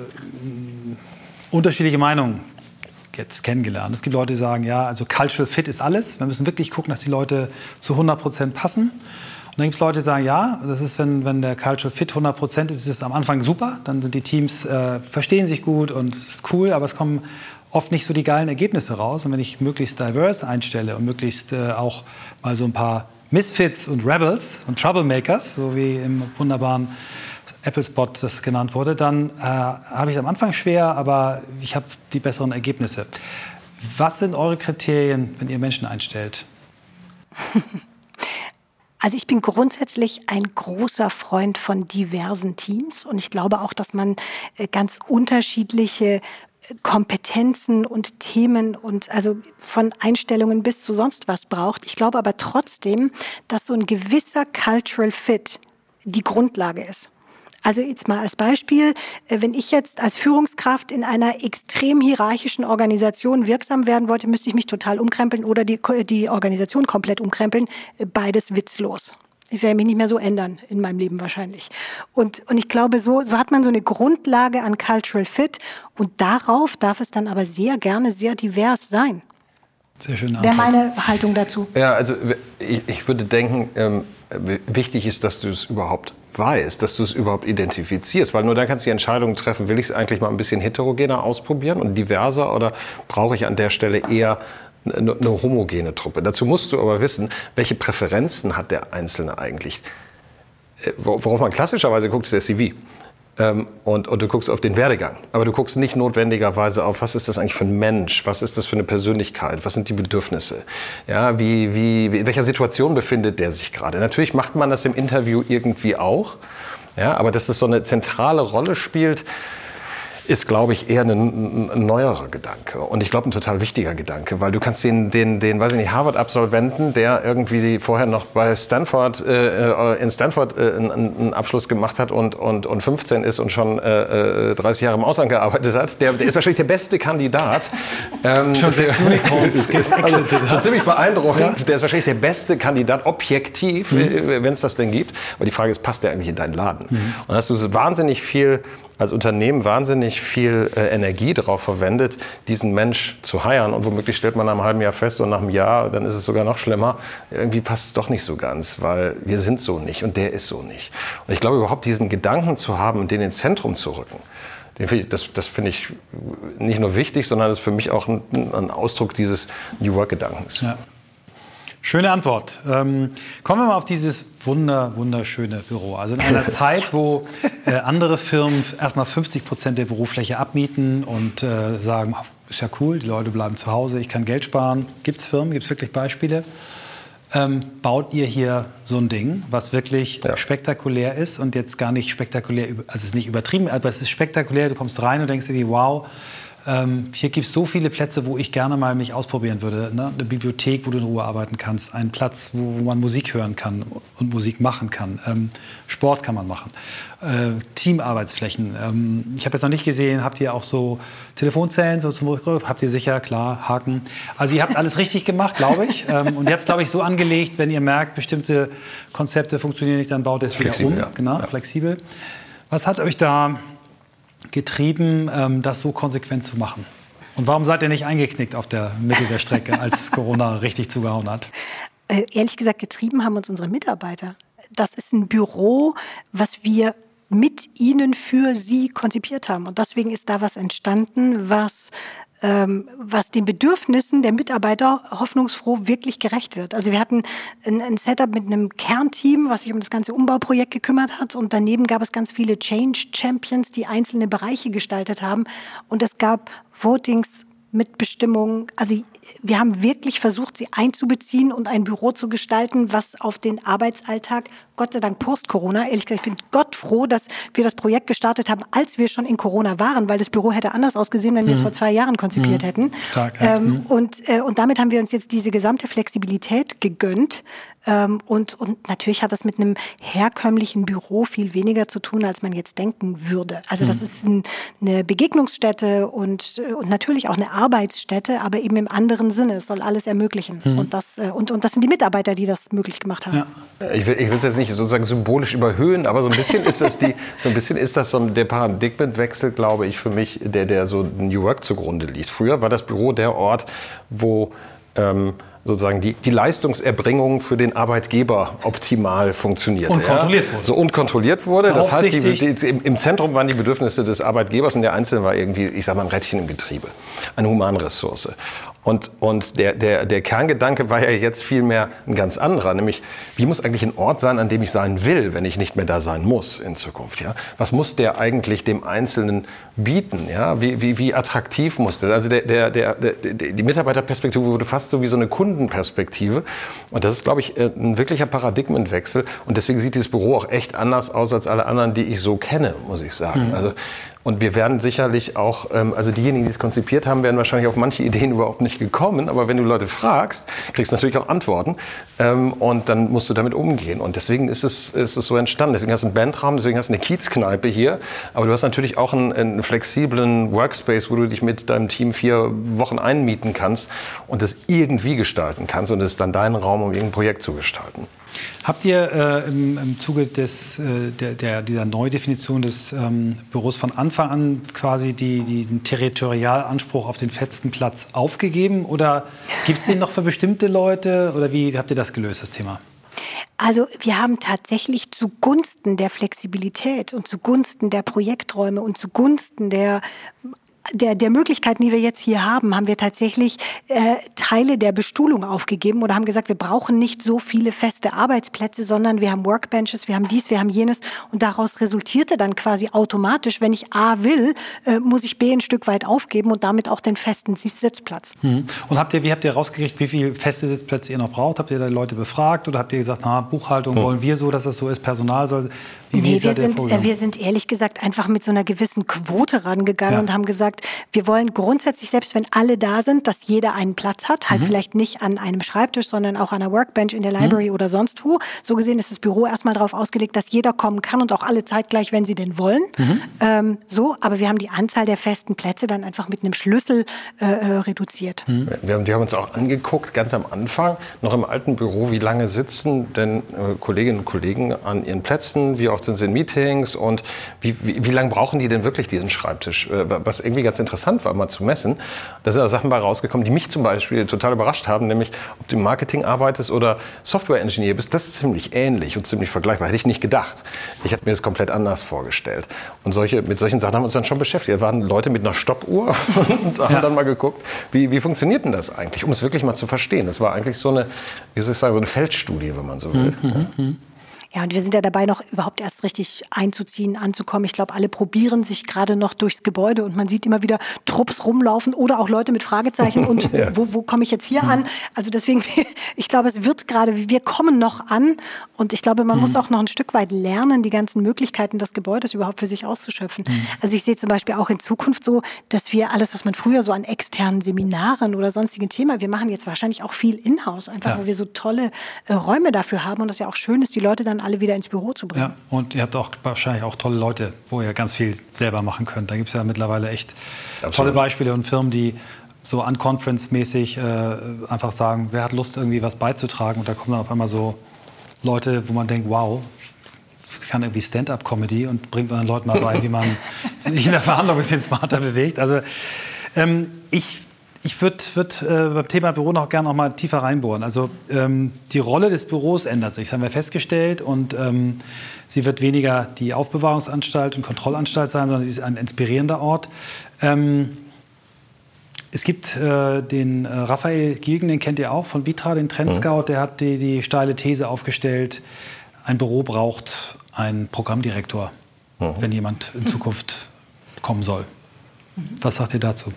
äh, unterschiedliche Meinungen jetzt kennengelernt. Es gibt Leute, die sagen, ja, also Cultural Fit ist alles. Wir müssen wirklich gucken, dass die Leute zu hundert Prozent passen. Und dann gibt es Leute, die sagen, ja, das ist, wenn, wenn der Cultural Fit hundert Prozent ist, ist es am Anfang super. Dann sind die Teams, äh, verstehen sich gut und es ist cool, aber es kommen oft nicht so die geilen Ergebnisse raus. Und wenn ich möglichst diverse einstelle und möglichst äh, auch mal so ein paar Misfits und Rebels und Troublemakers, so wie im wunderbaren Apple-Spot das genannt wurde, dann äh, habe ich es am Anfang schwer, aber ich habe die besseren Ergebnisse. Was sind eure Kriterien, wenn ihr Menschen einstellt? Also ich bin grundsätzlich ein großer Freund von diversen Teams und ich glaube auch, dass man äh, ganz unterschiedliche Kompetenzen und Themen und also von Einstellungen bis zu sonst was braucht. Ich glaube aber trotzdem, dass so ein gewisser Cultural Fit die Grundlage ist. Also jetzt mal als Beispiel, wenn ich jetzt als Führungskraft in einer extrem hierarchischen Organisation wirksam werden wollte, müsste ich mich total umkrempeln oder die, die Organisation komplett umkrempeln. Beides witzlos. Ich werde mich nicht mehr so ändern in meinem Leben wahrscheinlich. Und, und ich glaube, so, so hat man so eine Grundlage an Cultural Fit und darauf darf es dann aber sehr gerne sehr divers sein. Sehr schöne Wäre Antwort. meine Haltung dazu. Ja, also ich, ich würde denken, ähm, wichtig ist, dass du es überhaupt weißt, dass du es überhaupt identifizierst, weil nur dann kannst du die Entscheidung treffen, will ich es eigentlich mal ein bisschen heterogener ausprobieren und diverser oder brauche ich an der Stelle eher eine, eine homogene Truppe. Dazu musst du aber wissen, welche Präferenzen hat der Einzelne eigentlich. Worauf man klassischerweise guckt, ist der C V. Ähm, und, und du guckst auf den Werdegang. Aber du guckst nicht notwendigerweise auf, was ist das eigentlich für ein Mensch? Was ist das für eine Persönlichkeit? Was sind die Bedürfnisse? Ja, wie, wie, wie, in welcher Situation befindet der sich gerade? Natürlich macht man das im Interview irgendwie auch. Ja, aber dass das so eine zentrale Rolle spielt, ist, glaube ich, eher ein, ein neuerer Gedanke. Und ich glaube, ein total wichtiger Gedanke, weil du kannst den, den, den weiß ich nicht, Harvard-Absolventen, der irgendwie vorher noch bei Stanford, äh, in Stanford äh, einen, einen Abschluss gemacht hat und, und, und fünfzehn ist und schon äh, dreißig Jahre im Ausland gearbeitet hat, der, der ist wahrscheinlich der beste Kandidat. Ähm, schon sechs Unicorns. Also, schon ziemlich beeindruckend. Ja. Der ist wahrscheinlich der beste Kandidat, objektiv, mhm. wenn es das denn gibt. Aber die Frage ist, passt der eigentlich in deinen Laden? Mhm. Und hast du wahnsinnig viel als Unternehmen wahnsinnig viel äh, Energie darauf verwendet, diesen Mensch zu heiern. Und womöglich stellt man nach einem halben Jahr fest und nach einem Jahr, dann ist es sogar noch schlimmer, irgendwie passt es doch nicht so ganz, weil wir sind so nicht und der ist so nicht. Und ich glaube, überhaupt diesen Gedanken zu haben und den ins Zentrum zu rücken, den find ich, das, das finde ich nicht nur wichtig, sondern das ist für mich auch ein, ein Ausdruck dieses New Work-Gedankens. Ja. Schöne Antwort. Ähm, kommen wir mal auf dieses wunder, wunderschöne Büro. Also in einer Zeit, wo äh, andere Firmen erstmal fünfzig Prozent der Bürofläche abmieten und äh, sagen, oh, ist ja cool, die Leute bleiben zu Hause, ich kann Geld sparen. Gibt es Firmen, gibt es wirklich Beispiele? Ähm, baut ihr hier so ein Ding, was wirklich ja. spektakulär ist und jetzt gar nicht spektakulär, also es ist nicht übertrieben, aber es ist spektakulär, du kommst rein und denkst dir, wow, Ähm, hier gibt es so viele Plätze, wo ich gerne mal mich ausprobieren würde. Ne? Eine Bibliothek, wo du in Ruhe arbeiten kannst. Ein Platz, wo, wo man Musik hören kann und Musik machen kann. Ähm, Sport kann man machen. Äh, Teamarbeitsflächen. Ähm, ich habe jetzt noch nicht gesehen, habt ihr auch so Telefonzellen, so zum Rückgriff? Habt ihr sicher, klar, Haken. Also ihr habt alles richtig gemacht, glaube ich. Ähm, und ihr habt es, glaube ich, so angelegt, wenn ihr merkt, bestimmte Konzepte funktionieren nicht, dann baut es wieder um. Ja. Genau, ja. Flexibel. Was hat euch da getrieben, das so konsequent zu machen? Und warum seid ihr nicht eingeknickt auf der Mitte der Strecke, als Corona richtig zugehauen hat? Äh, ehrlich gesagt, getrieben haben uns unsere Mitarbeiter. Das ist ein Büro, was wir mit ihnen für sie konzipiert haben. Und deswegen ist da was entstanden, was ähm, was den Bedürfnissen der Mitarbeiter hoffnungsfroh wirklich gerecht wird. Also wir hatten ein, ein Setup mit einem Kernteam, was sich um das ganze Umbauprojekt gekümmert hat. Und daneben gab es ganz viele Change Champions, die einzelne Bereiche gestaltet haben. Und es gab Votings, Mitbestimmung. Also wir haben wirklich versucht, sie einzubeziehen und ein Büro zu gestalten, was auf den Arbeitsalltag, Gott sei Dank post-Corona, ehrlich gesagt, ich bin Gott froh, dass wir das Projekt gestartet haben, als wir schon in Corona waren, weil das Büro hätte anders ausgesehen, wenn wir mhm. es vor zwei Jahren konzipiert mhm. hätten. Stark, ja. ähm, mhm. und, äh, und damit haben wir uns jetzt diese gesamte Flexibilität gegönnt. Ähm, und, und natürlich hat das mit einem herkömmlichen Büro viel weniger zu tun, als man jetzt denken würde. Also das ist ein, eine Begegnungsstätte und, und natürlich auch eine Arbeitsstätte, aber eben im anderen Sinne. Es soll alles ermöglichen. Mhm. Und, das, und, und das sind die Mitarbeiter, die das möglich gemacht haben. Ja. Ich will es jetzt nicht sozusagen symbolisch überhöhen, aber so ein bisschen ist das, die, so ein bisschen ist das so der Paradigmenwechsel, glaube ich, für mich, der, der so New Work zugrunde liegt. Früher war das Büro der Ort, wo ähm, sozusagen die, die Leistungserbringung für den Arbeitgeber optimal funktionierte. Und kontrolliert ja? wurde. So und kontrolliert wurde. Das heißt, die, die, im Zentrum waren die Bedürfnisse des Arbeitgebers und der Einzelne war irgendwie, ich sag mal, ein Rädchen im Getriebe, eine Humanressource. Und, und der, der, der Kerngedanke war ja jetzt vielmehr ein ganz anderer, nämlich wie muss eigentlich ein Ort sein, an dem ich sein will, wenn ich nicht mehr da sein muss in Zukunft? Ja? Was muss der eigentlich dem Einzelnen bieten? Ja? Wie, wie, wie attraktiv muss der? Also der, der, der, der, die Mitarbeiterperspektive wurde fast so wie so eine Kundenperspektive. Und das ist, glaube ich, ein wirklicher Paradigmenwechsel. Und deswegen sieht dieses Büro auch echt anders aus als alle anderen, die ich so kenne, muss ich sagen. Mhm. Also, und wir werden sicherlich auch, also diejenigen, die es konzipiert haben, werden wahrscheinlich auf manche Ideen überhaupt nicht gekommen. Aber wenn du Leute fragst, kriegst du natürlich auch Antworten. Und dann musst du damit umgehen. Und deswegen ist es, ist es so entstanden. Deswegen hast du einen Bandraum, deswegen hast du eine Kiezkneipe hier. Aber du hast natürlich auch einen, einen flexiblen Workspace, wo du dich mit deinem Team vier Wochen einmieten kannst und das irgendwie gestalten kannst. Und das ist dann dein Raum, um irgendein Projekt zu gestalten. Habt ihr äh, im, im Zuge des, äh, der, der, dieser Neudefinition des ähm, Büros von Anfang an quasi die, die, den Territorialanspruch auf den festen Platz aufgegeben? Oder gibt es den noch für bestimmte Leute? Oder wie habt ihr das gelöst, das Thema? Also wir haben tatsächlich zugunsten der Flexibilität und zugunsten der Projekträume und zugunsten der der, der Möglichkeiten, die wir jetzt hier haben, haben wir tatsächlich äh, Teile der Bestuhlung aufgegeben oder haben gesagt, wir brauchen nicht so viele feste Arbeitsplätze, sondern wir haben Workbenches, wir haben dies, wir haben jenes und daraus resultierte dann quasi automatisch, wenn ich A will, äh, muss ich B ein Stück weit aufgeben und damit auch den festen Sitzplatz. Mhm. Und habt ihr, wie habt ihr rausgekriegt, wie viele feste Sitzplätze ihr noch braucht? Habt ihr da Leute befragt oder habt ihr gesagt, na, Buchhaltung mhm. wollen wir so, dass das so ist, Personal soll... Wie, nee, wie wir sind, äh, wir sind ehrlich gesagt einfach mit so einer gewissen Quote rangegangen ja. und haben gesagt, wir wollen grundsätzlich, selbst wenn alle da sind, dass jeder einen Platz hat, halt mhm. vielleicht nicht an einem Schreibtisch, sondern auch an einer Workbench in der Library mhm. oder sonst wo. So gesehen ist das Büro erstmal darauf ausgelegt, dass jeder kommen kann und auch alle zeitgleich, wenn sie denn wollen. Mhm. Ähm, so, aber wir haben die Anzahl der festen Plätze dann einfach mit einem Schlüssel äh, reduziert. Mhm. Wir, haben, wir haben uns auch angeguckt, ganz am Anfang, noch im alten Büro, wie lange sitzen denn äh, Kolleginnen und Kollegen an ihren Plätzen, wie oft sind sie in Meetings und wie, wie, wie lange brauchen die denn wirklich diesen Schreibtisch? Was irgendwie ganz interessant war, mal zu messen. Da sind auch Sachen bei rausgekommen, die mich zum Beispiel total überrascht haben, nämlich ob du im Marketing arbeitest oder Software-Engineer bist, das ist ziemlich ähnlich und ziemlich vergleichbar. Hätte ich nicht gedacht. Ich hatte mir das komplett anders vorgestellt. Und solche, mit solchen Sachen haben wir uns dann schon beschäftigt. Da waren Leute mit einer Stoppuhr und haben ja. dann mal geguckt, wie, wie funktioniert denn das eigentlich, um es wirklich mal zu verstehen. Das war eigentlich so eine, wie soll ich sagen, so eine Feldstudie, wenn man so will. Mhm, mhm. Ja, und wir sind ja dabei, noch überhaupt erst richtig einzuziehen, anzukommen. Ich glaube, alle probieren sich gerade noch durchs Gebäude und man sieht immer wieder Trupps rumlaufen oder auch Leute mit Fragezeichen und ja. wo, wo komme ich jetzt hier mhm. an? Also deswegen, ich glaube, es wird gerade, wir kommen noch an und ich glaube, man mhm. muss auch noch ein Stück weit lernen, die ganzen Möglichkeiten des Gebäudes überhaupt für sich auszuschöpfen. Mhm. Also ich sehe zum Beispiel auch in Zukunft so, dass wir alles, was man früher so an externen Seminaren oder sonstigen Themen, wir machen jetzt wahrscheinlich auch viel in-house, einfach ja. weil wir so tolle äh, Räume dafür haben und das ja auch schön ist, die Leute dann alle wieder ins Büro zu bringen. Ja, und ihr habt auch wahrscheinlich auch tolle Leute, wo ihr ganz viel selber machen könnt. Da gibt es ja mittlerweile echt Absolut. tolle Beispiele und Firmen, die so unconference-mäßig äh, einfach sagen, wer hat Lust, irgendwie was beizutragen? Und da kommen dann auf einmal so Leute, wo man denkt, wow, ich kann irgendwie Stand-up-Comedy und bringt dann Leuten mal bei, wie man sich in der Verhandlung ein bisschen smarter bewegt. Also ähm, ich Ich würde würd, äh, beim Thema Büro noch gerne noch mal tiefer reinbohren. Also ähm, die Rolle des Büros ändert sich, das haben wir festgestellt. Und ähm, sie wird weniger die Aufbewahrungsanstalt und Kontrollanstalt sein, sondern sie ist ein inspirierender Ort. Ähm, es gibt äh, den äh, Raphael Gilgen, den kennt ihr auch, von Vitra, den Trendscout. Der hat die, die steile These aufgestellt, ein Büro braucht einen Programmdirektor, mhm. wenn jemand in Zukunft kommen soll. Was sagt ihr dazu?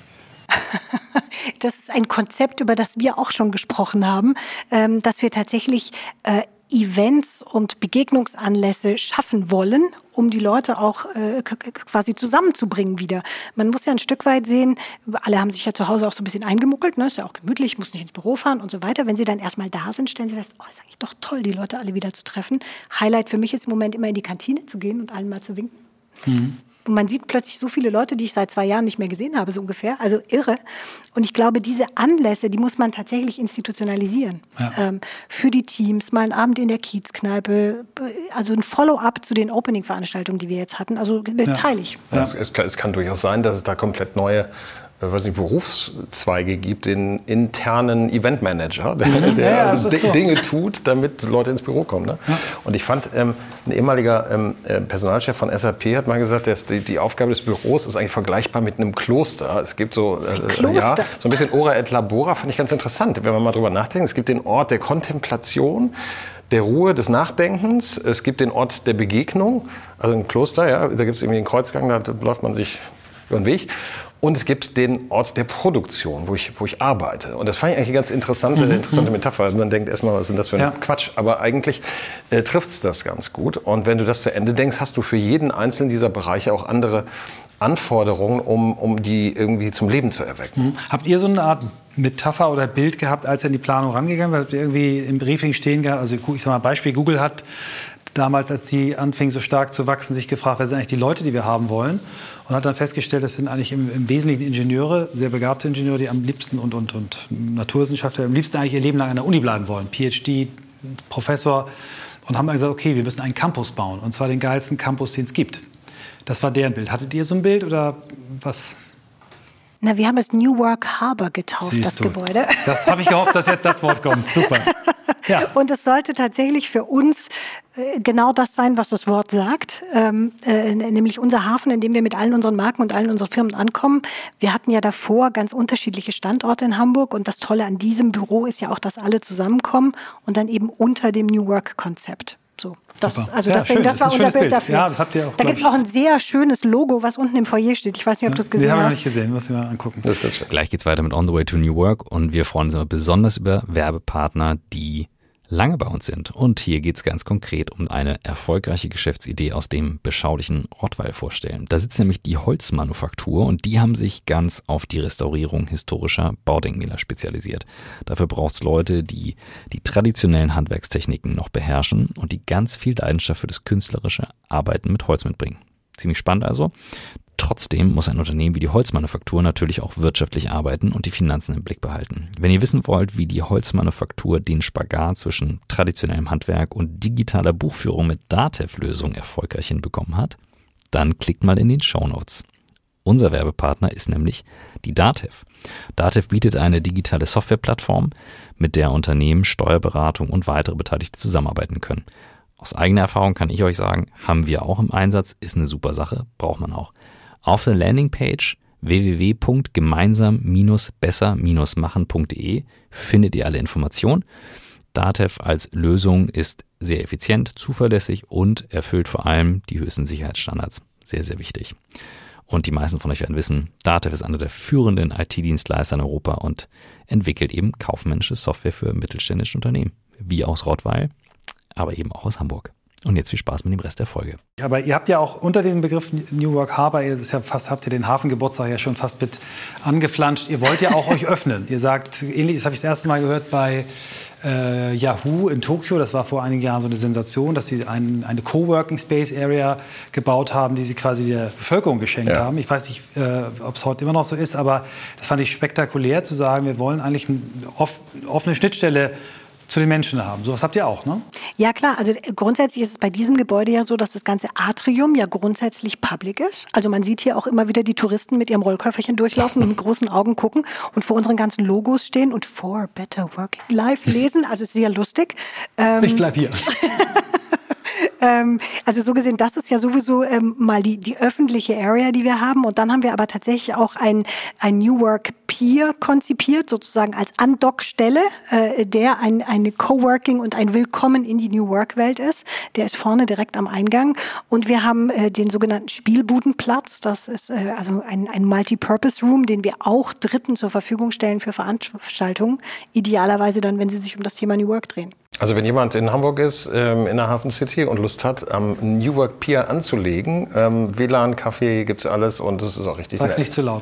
Das ist ein Konzept, über das wir auch schon gesprochen haben, ähm, dass wir tatsächlich äh, Events und Begegnungsanlässe schaffen wollen, um die Leute auch äh, quasi zusammenzubringen wieder. Man muss ja ein Stück weit sehen, alle haben sich ja zu Hause auch so ein bisschen eingemuckelt, ne? Ist ja auch gemütlich, muss nicht ins Büro fahren und so weiter. Wenn sie dann erstmal da sind, stellen sie fest, oh, ist eigentlich doch toll, die Leute alle wieder zu treffen. Highlight für mich ist im Moment immer in die Kantine zu gehen und allen mal zu winken. Mhm. Und man sieht plötzlich so viele Leute, die ich seit zwei Jahren nicht mehr gesehen habe, so ungefähr. Also irre. Und ich glaube, diese Anlässe, die muss man tatsächlich institutionalisieren. Ja. Ähm, für die Teams, mal einen Abend in der Kiezkneipe, also ein Follow-up zu den Opening-Veranstaltungen, die wir jetzt hatten. Also teile ich. Ja. Ja. Es, es, kann, es kann durchaus sein, dass es da komplett neue was nicht, Berufszweige gibt, den internen Eventmanager, der, der ja, also so. Dinge tut, damit Leute ins Büro kommen. Ne? Ja. Und ich fand, ähm, ein ehemaliger ähm, Personalchef von S A P hat mal gesagt, dass die, die Aufgabe des Büros ist eigentlich vergleichbar mit einem Kloster. Es gibt so, äh, ja, so ein bisschen Ora et Labora, fand ich ganz interessant, wenn man mal drüber nachdenkt. Es gibt den Ort der Kontemplation, der Ruhe, des Nachdenkens. Es gibt den Ort der Begegnung, also ein Kloster, ja, da gibt es irgendwie einen Kreuzgang, da läuft man sich über den Weg. Und es gibt den Ort der Produktion, wo ich, wo ich arbeite. Und das fand ich eigentlich eine ganz interessante, mhm. interessante Metapher. Also man denkt erstmal, was ist denn das für ein ja. Quatsch? Aber eigentlich äh, trifft es das ganz gut. Und wenn du das zu Ende denkst, hast du für jeden einzelnen dieser Bereiche auch andere Anforderungen, um, um die irgendwie zum Leben zu erwecken. Mhm. Habt ihr so eine Art Metapher oder Bild gehabt, als ihr in die Planung rangegangen seid? Habt ihr irgendwie im Briefing stehen gehabt? Also ich sag mal, Beispiel, Google hat damals, als die anfingen so stark zu wachsen, sich gefragt, wer sind eigentlich die Leute, die wir haben wollen? Und hat dann festgestellt, das sind eigentlich im, im Wesentlichen Ingenieure, sehr begabte Ingenieure, die am liebsten und, und, und Naturwissenschaftler am liebsten eigentlich ihr Leben lang an der Uni bleiben wollen. P H D, Professor. Und haben dann gesagt, okay, wir müssen einen Campus bauen. Und zwar den geilsten Campus, den es gibt. Das war deren Bild. Hattet ihr so ein Bild oder was? Na, wir haben es New Work Harbor getauft, Siehst das du. Gebäude. Das habe ich gehofft, dass jetzt das Wort kommt. Super. Ja. Und es sollte tatsächlich für uns genau das sein, was das Wort sagt, ähm, äh, nämlich unser Hafen, in dem wir mit allen unseren Marken und allen unseren Firmen ankommen. Wir hatten ja davor ganz unterschiedliche Standorte in Hamburg und das Tolle an diesem Büro ist ja auch, dass alle zusammenkommen und dann eben unter dem New Work-Konzept. So, das, also ja, deswegen, schön. das, das war unser Bild, Bild dafür. Ja, das habt ihr auch, da gibt es auch ein sehr schönes Logo, was unten im Foyer steht. Ich weiß nicht, ob du es gesehen hast. Das haben wir noch hast. nicht gesehen, müssen wir mal angucken. Das ist schön. Gleich geht's weiter mit On the Way to New Work und wir freuen uns immer besonders über Werbepartner, die lange bei uns sind. Und hier geht's ganz konkret um eine erfolgreiche Geschäftsidee aus dem beschaulichen Rottweil vorstellen. Da sitzt nämlich die Holzmanufaktur und die haben sich ganz auf die Restaurierung historischer Baudenkmäler spezialisiert. Dafür braucht's Leute, die die traditionellen Handwerkstechniken noch beherrschen und die ganz viel Leidenschaft für das künstlerische Arbeiten mit Holz mitbringen. Ziemlich spannend also. Trotzdem muss ein Unternehmen wie die Holzmanufaktur natürlich auch wirtschaftlich arbeiten und die Finanzen im Blick behalten. Wenn ihr wissen wollt, wie die Holzmanufaktur den Spagat zwischen traditionellem Handwerk und digitaler Buchführung mit Datev-Lösungen erfolgreich hinbekommen hat, dann klickt mal in den Shownotes. Unser Werbepartner ist nämlich die Datev. Datev bietet eine digitale Softwareplattform, mit der Unternehmen, Steuerberatung und weitere Beteiligte zusammenarbeiten können. Aus eigener Erfahrung kann ich euch sagen, haben wir auch im Einsatz, ist eine super Sache, braucht man auch. Auf der Landingpage w w w punkt gemeinsam besser machen punkt d e findet ihr alle Informationen. Datev als Lösung ist sehr effizient, zuverlässig und erfüllt vor allem die höchsten Sicherheitsstandards. Sehr, sehr wichtig. Und die meisten von euch werden wissen, Datev ist einer der führenden I T-Dienstleister in Europa und entwickelt eben kaufmännische Software für mittelständische Unternehmen, wie aus Rottweil, aber eben auch aus Hamburg. Und jetzt viel Spaß mit dem Rest der Folge. Aber ihr habt ja auch unter dem Begriff New Work Harbor, ihr ist ja fast, habt ihr den Hafengeburtstag ja schon fast mit angeflanscht. Ihr wollt ja auch euch öffnen. Ihr sagt, ähnlich, das habe ich das erste Mal gehört bei äh, Yahoo in Tokio. Das war vor einigen Jahren so eine Sensation, dass sie ein, eine Coworking Space Area gebaut haben, die sie quasi der Bevölkerung geschenkt ja. haben. Ich weiß nicht, äh, ob es heute immer noch so ist, aber das fand ich spektakulär zu sagen, wir wollen eigentlich eine off, offene Schnittstelle zu den Menschen haben. So was habt ihr auch, ne? Ja klar, also grundsätzlich ist es bei diesem Gebäude ja so, dass das ganze Atrium ja grundsätzlich public ist. Also man sieht hier auch immer wieder die Touristen mit ihrem Rollköfferchen durchlaufen und mit großen Augen gucken und vor unseren ganzen Logos stehen und For Better Working Life lesen. Also ist sehr lustig. Ähm, ich bleib hier. Ähm, also so gesehen, das ist ja sowieso ähm, mal die, die öffentliche Area, die wir haben. Und dann haben wir aber tatsächlich auch ein, ein New Work Pier konzipiert, sozusagen als Andockstelle, äh, der ein, eine Coworking und ein Willkommen in die New Work Welt ist. Der ist vorne direkt am Eingang. Und wir haben äh, den sogenannten Spielbudenplatz. Das ist äh, also ein, ein Multipurpose Room, den wir auch Dritten zur Verfügung stellen für Veranstaltungen. Idealerweise dann, wenn sie sich um das Thema New Work drehen. Also wenn jemand in Hamburg ist, ähm, in der Hafen City und Lust hat, am New Work Pier anzulegen, ähm, W L A N, Kaffee, gibt's alles und es ist auch richtig Sag's nett. nicht zu laut.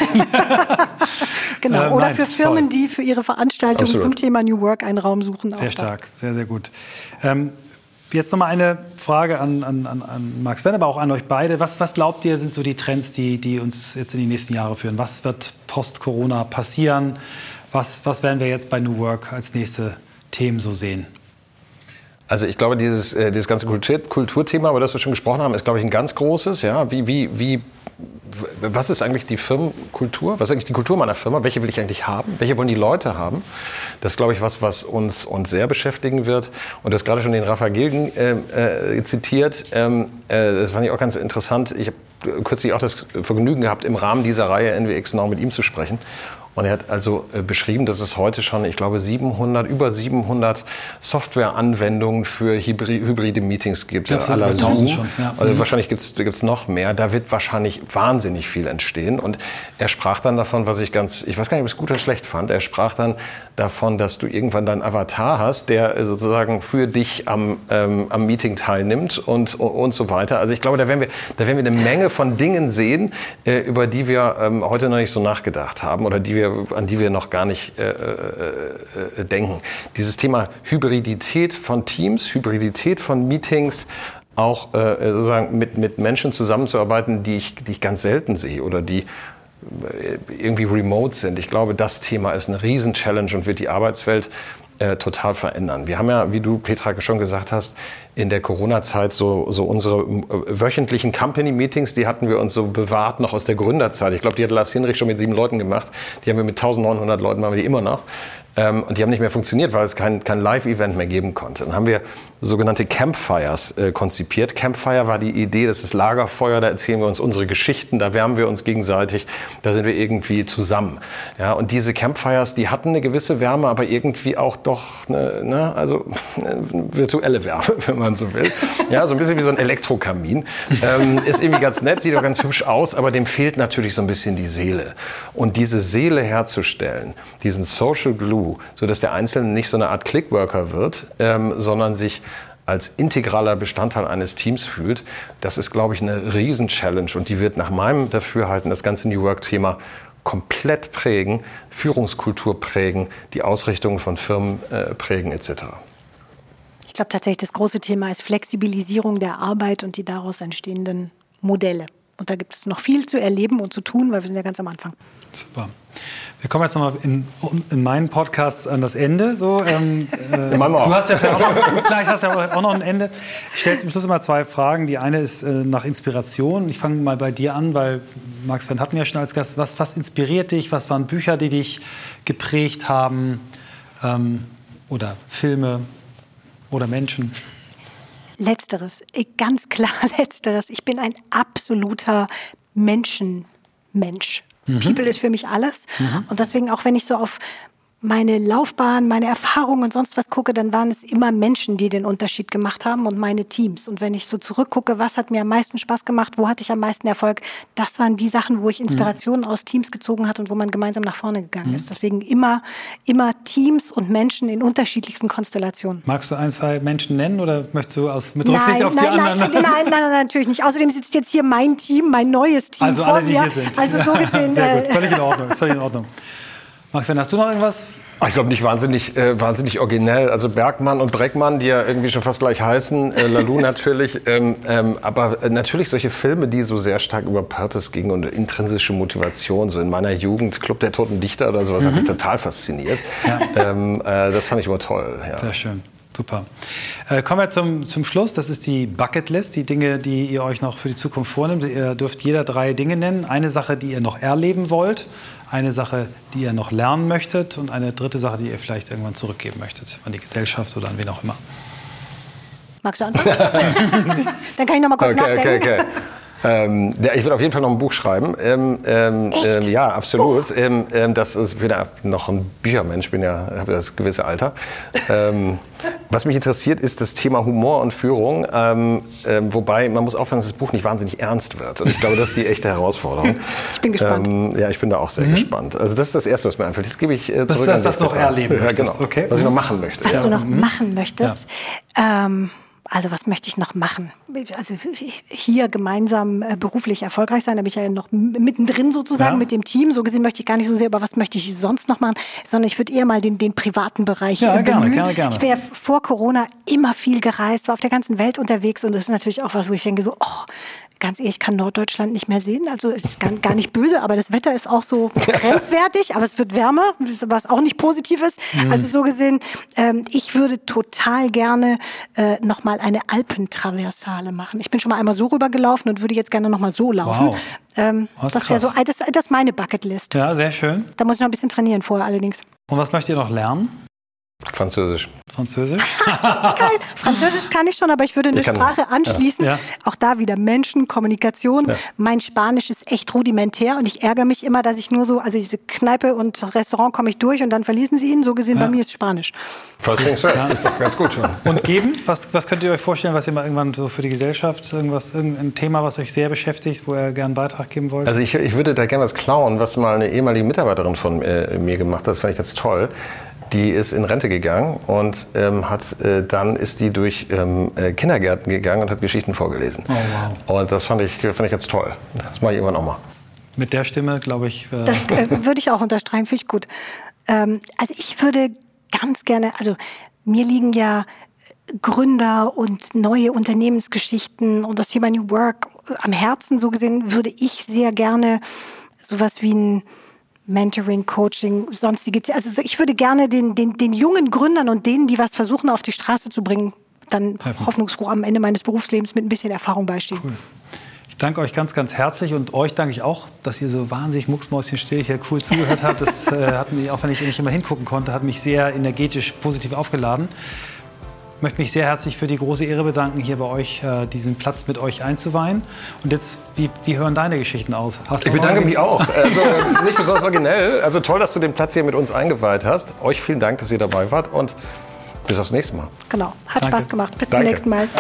Genau, ähm, oder nein, für Firmen, toll. die für ihre Veranstaltung Absolut. zum Thema New Work einen Raum suchen. Sehr stark, sehr, sehr gut. Ähm, jetzt nochmal eine Frage an, an, an Marc Sven, aber auch an euch beide. Was, was glaubt ihr, sind so die Trends, die, die uns jetzt in die nächsten Jahre führen? Was wird post-Corona passieren? Was, was werden wir jetzt bei New Work als nächste Themen so sehen? Also ich glaube, dieses, äh, dieses ganze Kultur, Kulturthema, über das wir schon gesprochen haben, ist, glaube ich, ein ganz großes. Ja? Wie, wie, wie, was ist eigentlich die Firmenkultur? Was ist eigentlich die Kultur meiner Firma? Welche will ich eigentlich haben? Welche wollen die Leute haben? Das ist, glaube ich, was, was uns, uns sehr beschäftigen wird. Und du hast gerade schon den Rafa Gilgen äh, äh, zitiert. Ähm, äh, das fand ich auch ganz interessant. Ich habe kürzlich auch das Vergnügen gehabt, im Rahmen dieser Reihe N W X Now mit ihm zu sprechen. Und er hat also äh, beschrieben, dass es heute schon, ich glaube, siebenhundert, über siebenhundert Softwareanwendungen für hybri- hybride Meetings gibt. Ja, à la Zoom. Schon, ja. Also mhm. wahrscheinlich gibt es noch mehr. Da wird wahrscheinlich wahnsinnig viel entstehen. Und er sprach dann davon, was ich ganz, ich weiß gar nicht, ob ich es gut oder schlecht fand. Er sprach dann davon, dass du irgendwann deinen Avatar hast, der äh, sozusagen für dich am, ähm, am Meeting teilnimmt und, und, und so weiter. Also ich glaube, da werden wir, da werden wir eine Menge von Dingen sehen, äh, über die wir ähm, heute noch nicht so nachgedacht haben oder die wir an die wir noch gar nicht äh, äh, denken. Dieses Thema Hybridität von Teams, Hybridität von Meetings, auch äh, sozusagen mit, mit Menschen zusammenzuarbeiten, die ich, die ich ganz selten sehe oder die irgendwie remote sind. Ich glaube, das Thema ist eine Riesen-Challenge und wird die Arbeitswelt äh, total verändern. Wir haben ja, wie du, Petra, schon gesagt hast, in der Corona-Zeit so, so unsere wöchentlichen Company-Meetings, die hatten wir uns so bewahrt noch aus der Gründerzeit. Ich glaube, die hat Lars Hinrich schon mit sieben Leuten gemacht. Die haben wir mit eintausendneunhundert Leuten, machen wir die immer noch. Ähm, und die haben nicht mehr funktioniert, weil es kein, kein Live-Event mehr geben konnte. Dann haben wir sogenannte Campfires äh, konzipiert. Campfire war die Idee, das ist Lagerfeuer, da erzählen wir uns unsere Geschichten, da wärmen wir uns gegenseitig, da sind wir irgendwie zusammen. Ja, und diese Campfires, die hatten eine gewisse Wärme, aber irgendwie auch doch eine, ne, also eine virtuelle Wärme, wenn man so will. Ja, so ein bisschen wie so ein Elektrokamin. Ähm, ist irgendwie ganz nett, sieht auch ganz hübsch aus, aber dem fehlt natürlich so ein bisschen die Seele. Und diese Seele herzustellen, diesen Social Glue, sodass der Einzelne nicht so eine Art Clickworker wird, ähm, sondern sich als integraler Bestandteil eines Teams fühlt, das ist, glaube ich, eine Riesen-Challenge. Und die wird nach meinem Dafürhalten das ganze New Work-Thema komplett prägen, Führungskultur prägen, die Ausrichtung von Firmen äh, prägen et cetera. Ich glaube tatsächlich, das große Thema ist Flexibilisierung der Arbeit und die daraus entstehenden Modelle. Und da gibt es noch viel zu erleben und zu tun, weil wir sind ja ganz am Anfang. Super. Wir kommen jetzt nochmal in, in meinen Podcast an das Ende. So, ähm, äh, in meinem auch. Du hast ja vielleicht auch, vielleicht hast ja auch noch ein Ende. Ich stelle zum Schluss immer zwei Fragen. Die eine ist äh, nach Inspiration. Ich fange mal bei dir an, weil Marc Sven hatten wir ja schon als Gast. Was, was inspiriert dich? Was waren Bücher, die dich geprägt haben? Ähm, oder Filme oder Menschen? Letzteres, ganz klar Letzteres. Ich bin ein absoluter Menschenmensch. Mhm. People ist für mich alles. Mhm. Und deswegen, auch wenn ich so auf meine Laufbahn, meine Erfahrungen und sonst was gucke, dann waren es immer Menschen, die den Unterschied gemacht haben und meine Teams. Und wenn ich so zurückgucke, was hat mir am meisten Spaß gemacht, wo hatte ich am meisten Erfolg, das waren die Sachen, wo ich Inspirationen mhm. aus Teams gezogen hatte und wo man gemeinsam nach vorne gegangen mhm. ist. Deswegen immer, immer Teams und Menschen in unterschiedlichsten Konstellationen. Magst du ein, zwei Menschen nennen oder möchtest du aus, mit Rücksicht nein, auf nein, die nein, anderen? Nein, nein, nein, nein, natürlich nicht. Außerdem sitzt jetzt hier mein Team, mein neues Team also vor alle, die mir. Hier sind. Also so gesehen. Sehr gut, völlig in Ordnung. Völlig in Ordnung. Marc Sven, hast du noch irgendwas? Ich glaube nicht wahnsinnig, äh, wahnsinnig originell. Also Bergmann und Breckmann, die ja irgendwie schon fast gleich heißen, äh, Lalou natürlich. Ähm, ähm, aber äh, natürlich solche Filme, die so sehr stark über Purpose gingen und intrinsische Motivation. So in meiner Jugend, Club der Toten Dichter oder sowas, mhm. hat mich total fasziniert. Ja. Ähm, äh, das fand ich immer toll. Ja. Sehr schön. Super. Äh, kommen wir zum, zum Schluss. Das ist die Bucketlist, die Dinge, die ihr euch noch für die Zukunft vornimmt. Ihr dürft jeder drei Dinge nennen. Eine Sache, die ihr noch erleben wollt, eine Sache, die ihr noch lernen möchtet und eine dritte Sache, die ihr vielleicht irgendwann zurückgeben möchtet an die Gesellschaft oder an wen auch immer. Magst du anfangen? Dann kann ich noch mal kurz okay, nachdenken. Okay, okay. Ähm, ja, ich will auf jeden Fall noch ein Buch schreiben. Ähm, ähm, ähm, ja, absolut. Oh. Ähm, ähm, das ist wieder noch ein Büchermensch. Ich bin ja, habe das gewisse Alter. Ähm, was mich interessiert, ist das Thema Humor und Führung. Ähm, ähm, wobei man muss aufpassen, dass das Buch nicht wahnsinnig ernst wird. Und ich glaube, das ist die echte Herausforderung. Ich bin gespannt. Ähm, ja, ich bin da auch sehr mhm. gespannt. Also das ist das Erste, was mir einfällt. Jetzt gebe ich äh, zurück. Das ist das, was du noch erleben ja, möchtest. Genau. Okay. Was ich noch machen möchte. Was ja. du noch mhm. machen möchtest? Ja. Ähm, Also was möchte ich noch machen? Also hier gemeinsam äh, beruflich erfolgreich sein, da bin ich ja noch mittendrin sozusagen ja. mit dem Team. So gesehen möchte ich gar nicht so sehr, aber was möchte ich sonst noch machen, sondern ich würde eher mal den, den privaten Bereich ja, äh, gerne, bemühen. gerne, gerne. Ich bin ja vor Corona immer viel gereist, war auf der ganzen Welt unterwegs und das ist natürlich auch was, wo ich denke so, oh, ganz ehrlich, ich kann Norddeutschland nicht mehr sehen. Also es ist gar, gar nicht böse, aber das Wetter ist auch so grenzwertig, aber es wird wärmer, was auch nicht positiv ist. Mhm. Also so gesehen, ähm, ich würde total gerne äh, nochmal eine Alpentraversale machen. Ich bin schon mal einmal so rübergelaufen und würde jetzt gerne nochmal so laufen. Wow. Ähm, das wäre so, das, das ist meine Bucketlist. Ja, sehr schön. Da muss ich noch ein bisschen trainieren vorher allerdings. Und was möchtet ihr noch lernen? Französisch. Französisch? Geil. Französisch kann ich schon, aber ich würde eine ich kann, Sprache anschließen. Ja. Auch da wieder Menschen, Kommunikation. Ja. Mein Spanisch ist echt rudimentär und ich ärgere mich immer, dass ich nur so, also Kneipe und Restaurant komme ich durch und dann verließen sie ihn. So gesehen, ja. bei mir ist Spanisch. First things first, ja. ist doch ganz gut. Und geben? Was, was könnt ihr euch vorstellen, was ihr mal irgendwann so für die Gesellschaft, irgendwas, irgendein Thema, was euch sehr beschäftigt, wo ihr gerne einen Beitrag geben wollt? Also ich, ich würde da gerne was klauen, was mal eine ehemalige Mitarbeiterin von äh, mir gemacht hat. Das fand ich ganz toll. Die ist in Rente gegangen und ähm, hat, äh, dann ist die durch ähm, äh, Kindergärten gegangen und hat Geschichten vorgelesen. Oh, wow. Und das fand ich, fand ich ganz toll. Das mache ich irgendwann auch mal. Mit der Stimme, glaube ich. Äh das äh, würde ich auch unterstreichen, finde ich gut. Ähm, also ich würde ganz gerne, also mir liegen ja Gründer und neue Unternehmensgeschichten und das Thema New Work am Herzen. So gesehen würde ich sehr gerne sowas wie ein Mentoring, Coaching, sonstige, also ich würde gerne den, den, den jungen Gründern und denen, die was versuchen, auf die Straße zu bringen, dann hoffnungsfroh am Ende meines Berufslebens mit ein bisschen Erfahrung beistehen. Cool. Ich danke euch ganz, ganz herzlich und euch danke ich auch, dass ihr so wahnsinnig mucksmäuschenstill hier cool zugehört habt. Das äh, hat mich, auch wenn ich nicht immer hingucken konnte, hat mich sehr energetisch positiv aufgeladen. Ich möchte mich sehr herzlich für die große Ehre bedanken, hier bei euch äh, diesen Platz mit euch einzuweihen. Und jetzt, wie, wie hören deine Geschichten aus? Hast du ich bedanke mich auch. Also, nicht besonders originell. Also toll, dass du den Platz hier mit uns eingeweiht hast. Euch vielen Dank, dass ihr dabei wart und bis aufs nächste Mal. Genau, hat Danke. Spaß gemacht. Bis Danke. zum nächsten Mal.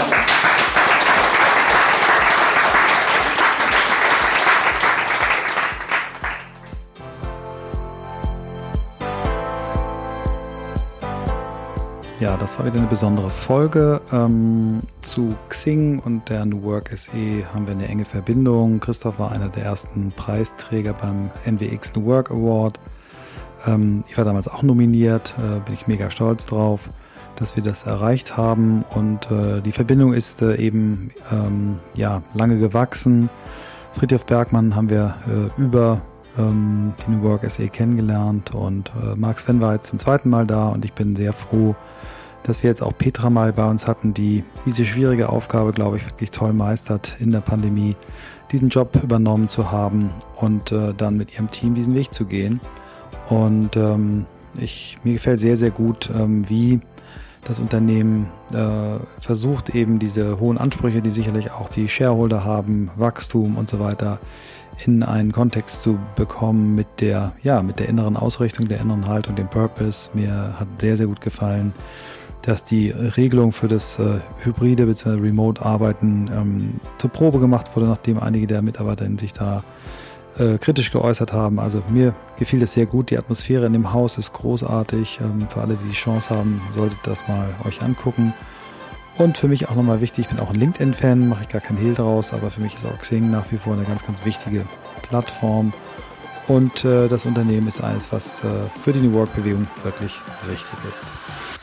Ja, das war wieder eine besondere Folge. Ähm, zu Xing und der New Work S E haben wir eine enge Verbindung. Christoph war einer der ersten Preisträger beim N W X New Work Award. Ähm, ich war damals auch nominiert, äh, bin ich mega stolz drauf, dass wir das erreicht haben. Und äh, die Verbindung ist äh, eben ähm, ja, lange gewachsen. Friedhof Bergmann haben wir äh, über ähm, die New Work S E kennengelernt und äh, Mark Sven war jetzt zum zweiten Mal da und ich bin sehr froh, dass wir jetzt auch Petra mal bei uns hatten, die diese schwierige Aufgabe, glaube ich, wirklich toll meistert, in der Pandemie diesen Job übernommen zu haben und äh, dann mit ihrem Team diesen Weg zu gehen. Und ähm, ich, mir gefällt sehr, sehr gut, ähm, wie das Unternehmen äh, versucht, eben diese hohen Ansprüche, die sicherlich auch die Shareholder haben, Wachstum und so weiter, in einen Kontext zu bekommen mit der, ja, mit der inneren Ausrichtung, der inneren Haltung, dem Purpose. Mir hat sehr, sehr gut gefallen, dass die Regelung für das äh, hybride bzw. Remote-Arbeiten ähm, zur Probe gemacht wurde, nachdem einige der Mitarbeiterinnen sich da äh, kritisch geäußert haben. Also mir gefiel das sehr gut. Die Atmosphäre in dem Haus ist großartig. Ähm, für alle, die die Chance haben, solltet das mal euch angucken. Und für mich auch nochmal wichtig, ich bin auch ein LinkedIn-Fan, mache ich gar keinen Hehl draus, aber für mich ist auch Xing nach wie vor eine ganz, ganz wichtige Plattform. Und äh, das Unternehmen ist eines, was äh, für die New Work-Bewegung wirklich richtig ist.